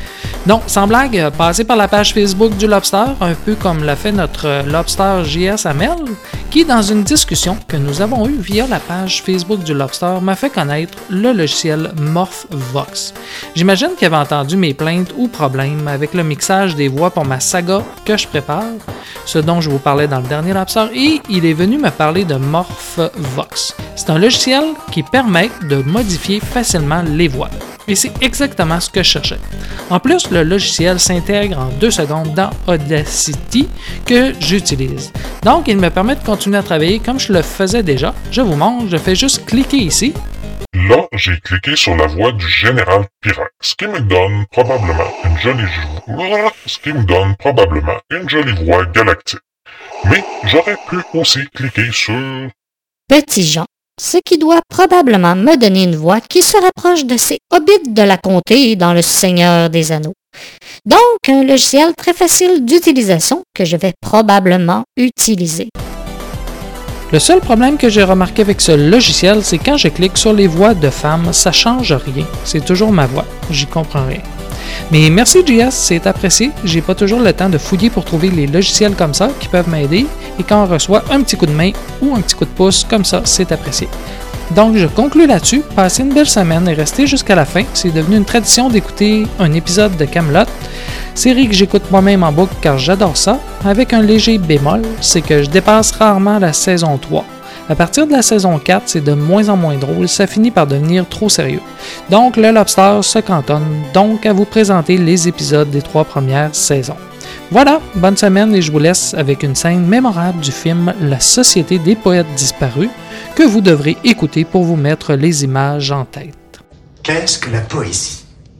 B: Donc, sans blague, passez par la page Facebook du Lobster, un peu comme l'a fait notre Lobster J S Amel, qui, dans une discussion que nous avons eue via la page Facebook du Lobster, m'a fait connaître le logiciel MorphVox. J'imagine qu'il avait entendu mes plaintes ou problèmes avec le mixage des voix pour ma saga que je prépare, ce dont je vous parlais dans le dernier Lobster, et il est venu me parler de MorphVox. C'est un logiciel qui permet de modifier facilement les voix. Et c'est exactement ce que je cherchais. En plus, le logiciel s'intègre en deux secondes dans Audacity que j'utilise. Donc, il me permet de continuer à travailler comme je le faisais déjà. Je vous montre, je fais juste cliquer ici.
A: Là, j'ai cliqué sur la voix du général pirate, ce qui me donne probablement une jolie voix, ce qui me donne probablement une jolie voix galactique. Mais j'aurais pu aussi cliquer sur
C: Petit Jean, ce qui doit probablement me donner une voix qui se rapproche de ces hobbits de la comté dans Le Seigneur des Anneaux. Donc, un logiciel très facile d'utilisation que je vais probablement utiliser.
B: Le seul problème que j'ai remarqué avec ce logiciel, c'est quand je clique sur les voix de femmes, ça change rien. C'est toujours ma voix. J'y comprends rien. Mais merci J S, c'est apprécié. J'ai pas toujours le temps de fouiller pour trouver les logiciels comme ça qui peuvent m'aider. Et quand on reçoit un petit coup de main ou un petit coup de pouce comme ça, c'est apprécié. Donc je conclue là-dessus. Passez une belle semaine et restez jusqu'à la fin. C'est devenu une tradition d'écouter un épisode de Camelot. Série que j'écoute moi-même en boucle car j'adore ça. Avec un léger bémol, c'est que je dépasse rarement la saison trois. À partir de la saison quatre, c'est de moins en moins drôle, ça finit par devenir trop sérieux. Donc le Lobster se cantonne donc à vous présenter les épisodes des trois premières saisons. Voilà, bonne semaine et je vous laisse avec une scène mémorable du film La Société des Poètes Disparus que vous devrez écouter pour vous mettre les images en tête.
L: Qu'est-ce que la poésie?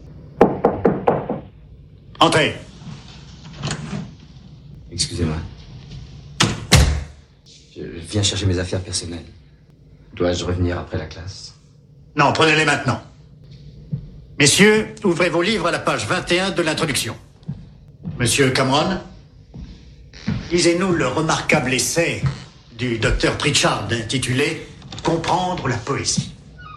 L: Entrez.
M: Excusez-moi. Je viens chercher mes affaires personnelles. Dois-je revenir après la classe?
L: Non, prenez-les maintenant. Messieurs, ouvrez vos livres à la page vingt et un de l'introduction. Monsieur Cameron, lisez-nous le remarquable essai du docteur Pritchard intitulé « Comprendre la poésie ».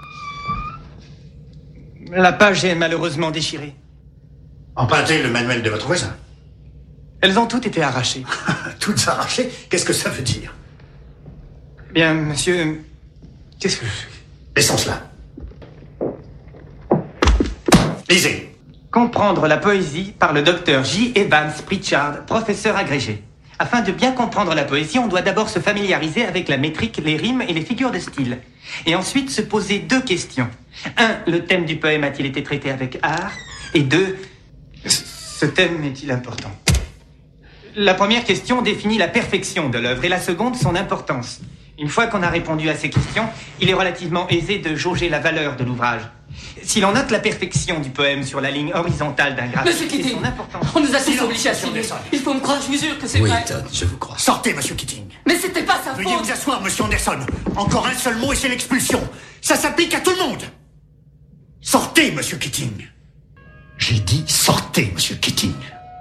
N: La page est malheureusement déchirée.
L: Empruntez le manuel de votre voisin.
N: Elles ont toutes été arrachées.
L: Toutes arrachées? Qu'est-ce que ça veut dire?
N: Bien, monsieur... Qu'est-ce que je fais?
L: Laissons cela. Lisez.
N: Comprendre la poésie par le docteur J. Evans Pritchard, professeur agrégé. Afin de bien comprendre la poésie, on doit d'abord se familiariser avec la métrique, les rimes et les figures de style. Et ensuite se poser deux questions. Un, le thème du poème a-t-il été traité avec art? Et deux, ce thème est-il important? La première question définit la perfection de l'œuvre et la seconde son importance. Une fois qu'on a répondu à ces questions, il est relativement aisé de jauger la valeur de l'ouvrage. Si l'on note la perfection du poème sur la ligne horizontale d'un graphe,
O: Monsieur Keating, on nous a tous obligés à signer. Il faut me croire, je vous jure que c'est
M: oui,
O: vrai.
M: Todd, je vous crois.
L: Sortez, monsieur Keating.
O: Mais c'était pas sa faute.
L: Veuillez vous asseoir, monsieur Anderson. Encore un seul mot et c'est l'expulsion. Ça s'applique à tout le monde. Sortez, monsieur Keating. J'ai dit sortez, monsieur Keating.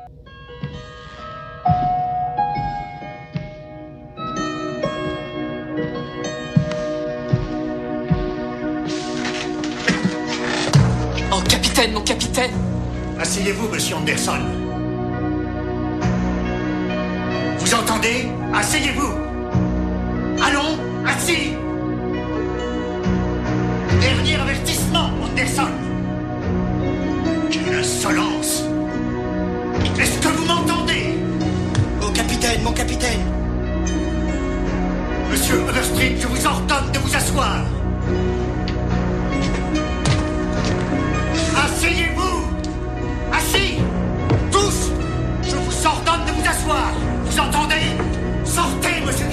O: Oh, capitaine, mon capitaine.
L: Asseyez-vous, monsieur Anderson. Vous entendez? Asseyez-vous. Allons, assis. Dernier avertissement, Anderson. Quelle insolence. Est-ce que vous m'entendez?
P: Mon capitaine, mon capitaine.
L: Monsieur Overstreet, je vous ordonne de vous asseoir. Asseyez-vous. Assis. Tous. Je vous ordonne de vous asseoir. Vous entendez? Sortez, monsieur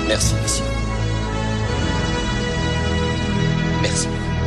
M: Merci, messieurs. Merci.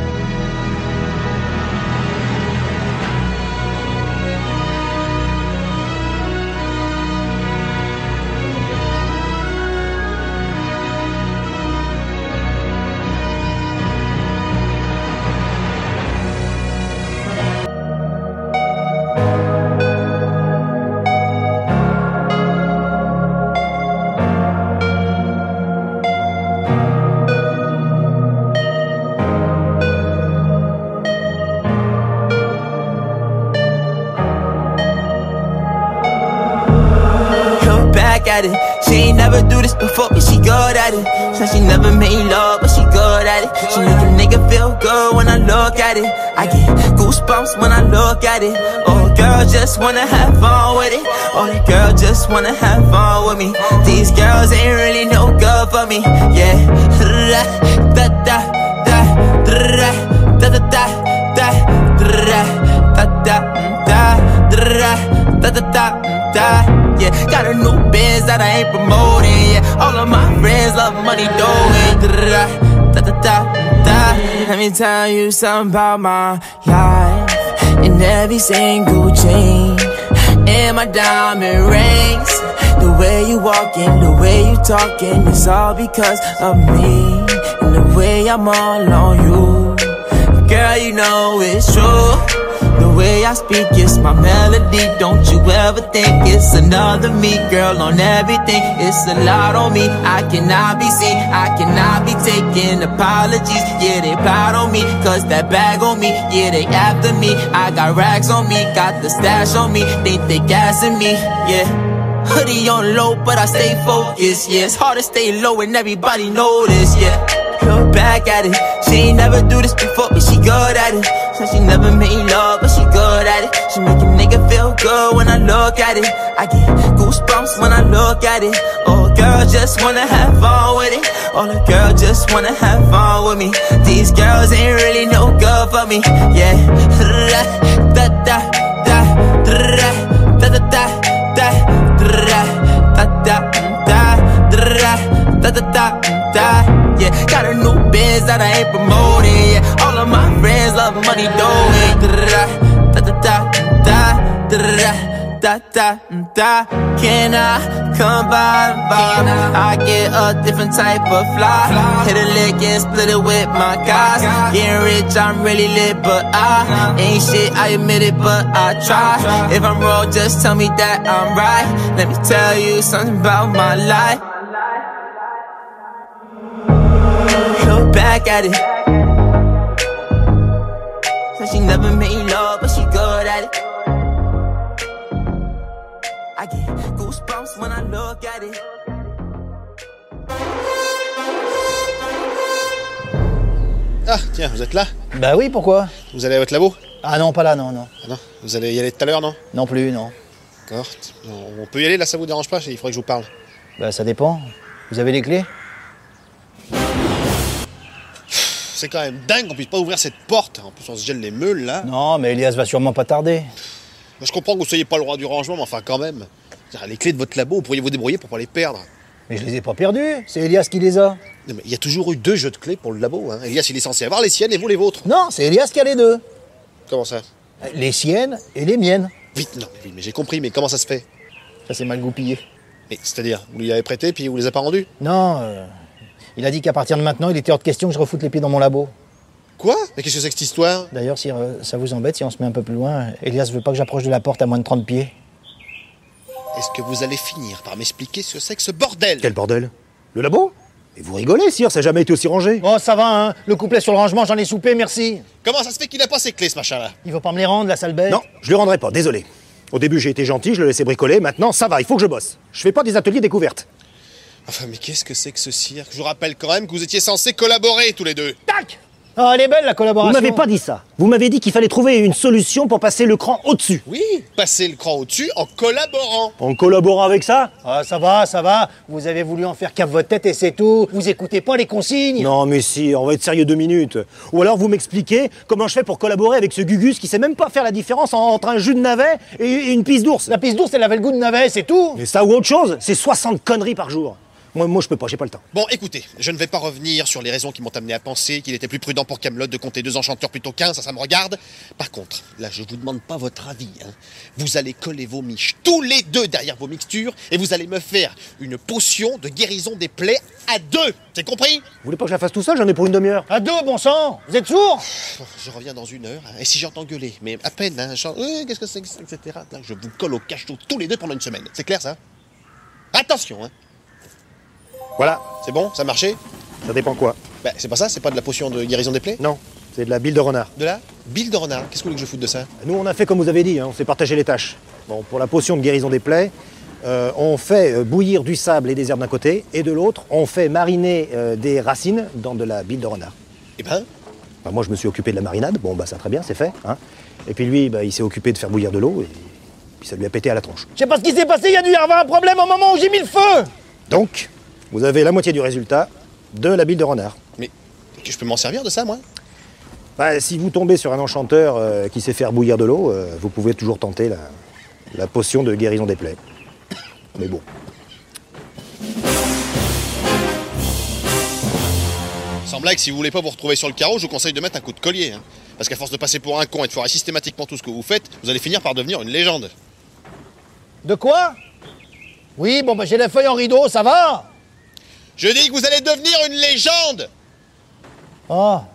Q: At it. She ain't never do this before, but she good at it. Said she never made love, but she good at it. She make a nigga feel good when I look at it. I get goosebumps when I look at it. Oh, girl just wanna have fun with it. Oh, the girl just wanna have fun with me. These girls ain't really no good for me. Yeah. Da da da da da da da da da da da da da da da. Yeah, got a new biz that I ain't promoting. Yeah, all of my friends love money doing. Da da da da da. Let me tell you something about my life. In every single chain, and my diamond rings. The way you walking, the way you talking, it's all because of me. And the way I'm all on you, girl, you know it's true. The way I speak, it's my melody. Don't you ever think it's another me, girl, on everything. It's a lot on me. I cannot be seen, I cannot be taking apologies. Yeah, they proud on me, cause that bag on me. Yeah, they after me. I got rags on me, got the stash on me. Think they gassing me, yeah. Hoodie on low, but I stay focused, yeah. It's hard to stay low and everybody know this, yeah. Look back at it. She ain't never do this before, but she good at it. Said she never made love, but she good at it. She make a nigga feel good when I look at it. I get goosebumps when I look at it. Oh, girl just wanna have fun with it. Oh, the girl just wanna have fun with me. These girls ain't really no good for me. Yeah. Da da da da da da da da da da da da da da. Yeah, got a new biz that I ain't promoting. Yeah, all of my friends love money doing. Da da da da da da da da. Can I come by? by? I get a different type of fly. Hit a lick and split it with my guys. Getting rich, I'm really lit, but I ain't shit. I admit it, but I try. If I'm wrong, just tell me that I'm right. Let me tell you something about my life. Look back at it. Said she never made love, but she good at it. I get goosebumps when I look at it.
R: Ah, tiens, vous êtes là?
S: Bah oui, pourquoi?
R: Vous allez à votre labo?
S: Ah non, pas là, non, non.
R: Ah non? Vous allez y aller tout à l'heure, non?
S: Non plus, non.
R: D'accord. On peut y aller, là, ça vous dérange pas? Il faudrait que je vous parle.
S: Bah ça dépend. Vous avez les clés?
R: C'est quand même dingue qu'on puisse pas ouvrir cette porte. En plus, on se gèle les meules, là.
S: Non, mais Elias va sûrement pas tarder.
R: Je comprends que vous soyez pas le roi du rangement, mais enfin, quand même. Les clés de votre labo, vous pourriez vous débrouiller pour pas les perdre.
S: Mais je les ai pas perdues. C'est Elias qui les a.
R: Non, mais il y a toujours eu deux jeux de clés pour le labo. Hein. Elias, il est censé avoir les siennes et vous les vôtres.
S: Non, c'est Elias qui a les deux.
R: Comment ça?
S: Les siennes et les miennes.
R: Oui, non, oui, mais j'ai compris, mais comment ça se fait?
S: Ça s'est mal goupillé.
R: Mais c'est-à-dire, vous lui avez prêté puis vous les avez pas rendus?
S: Non, euh, il a dit qu'à partir de maintenant, il était hors de question que je refoute les pieds dans mon labo.
R: Quoi? Mais qu'est-ce que c'est que cette histoire?
S: D'ailleurs, si euh, ça vous embête, si on se met un peu plus loin, Elias veut pas que j'approche de la porte à moins de trente pieds.
R: Est-ce que vous allez finir par m'expliquer ce que c'est que ce bordel?
S: Quel bordel? Le labo? Et vous rigolez, sire, ça n'a jamais été aussi rangé. Oh, ça va, hein. Le couplet sur le rangement, j'en ai soupé, merci.
R: Comment ça se fait qu'il n'a pas ses clés, ce machin-là?
S: Il veut pas me les rendre, la sale bête?
T: Non, je lui rendrai pas, désolé. Au début, j'ai été gentil, je le laissais bricoler. Maintenant, ça va, il faut que je bosse. Je fais pas des ateliers découvertes.
R: Enfin, mais qu'est-ce que c'est que ce cirque? Je vous rappelle quand même que vous étiez censés collaborer, tous les deux.
S: Tac! Oh, elle est belle, la collaboration.
T: Vous m'avez pas dit ça. Vous m'avez dit qu'il fallait trouver une solution pour passer le cran au-dessus.
R: Oui, passer le cran au-dessus en collaborant.
T: En collaborant avec ça?
S: Ah, ça va, ça va. Vous avez voulu en faire qu'à votre tête et c'est tout. Vous écoutez pas les consignes.
T: Non, mais si, on va être sérieux deux minutes. Ou alors vous m'expliquez comment je fais pour collaborer avec ce Gugus qui sait même pas faire la différence entre un jus de navet et une pisse d'ours.
S: La pisse d'ours, elle avait le goût de navet, c'est tout.
T: Mais ça ou autre chose, c'est soixante conneries par jour. Moi, moi je peux pas, j'ai pas le temps.
R: Bon, écoutez, je ne vais pas revenir sur les raisons qui m'ont amené à penser qu'il était plus prudent pour Camelot de compter deux enchanteurs plutôt qu'un, ça, ça me regarde. Par contre, là, je vous demande pas votre avis, hein. Vous allez coller vos miches tous les deux derrière vos mixtures et vous allez me faire une potion de guérison des plaies à deux. C'est compris?
T: Vous voulez pas que je la fasse tout seul? J'en ai pour une demi-heure.
S: À deux, bon sang! Vous êtes sourds?
R: Je reviens dans une heure, hein, et si j'entends gueuler, mais à peine, hein, genre, euh, qu'est-ce que c'est, et cetera. Là, je vous colle au cachot tous les deux pendant une semaine. C'est clair, ça? Attention, hein.
T: Voilà.
R: C'est bon? Ça a marché?
T: Ça dépend quoi?
R: Bah, c'est pas ça? C'est pas de la potion de guérison des plaies?
T: Non, c'est de la bile de renard.
R: De la bile de renard? Qu'est-ce que vous voulez que je foute de ça?
T: Nous, on a fait comme vous avez dit, hein, on s'est partagé les tâches. Bon, pour la potion de guérison des plaies, euh, on fait euh, bouillir du sable et des herbes d'un côté, et de l'autre, on fait mariner euh, des racines dans de la bile de renard.
R: Et ben?
T: Bah, moi, je me suis occupé de la marinade. Bon, bah, ça très bien, c'est fait. Hein. Et puis lui, bah, il s'est occupé de faire bouillir de l'eau, et puis ça lui a pété à la tronche.
S: Je sais pas ce qui s'est passé, il y a dû y avoir un problème au moment où j'ai mis le feu!
T: Donc, vous avez la moitié du résultat de la bile de renard.
R: Mais je peux m'en servir de ça, moi?
T: Bah, si vous tombez sur un enchanteur euh, qui sait faire bouillir de l'eau, euh, vous pouvez toujours tenter la, la potion de guérison des plaies. Mais bon.
R: Sans blague, si vous voulez pas vous retrouver sur le carreau, je vous conseille de mettre un coup de collier. Hein. Parce qu'à force de passer pour un con et de foirer systématiquement tout ce que vous faites, vous allez finir par devenir une légende.
S: De quoi? Oui, bon, bah j'ai la feuille en rideau, ça va?
R: Je dis que vous allez devenir une légende!
S: Ah,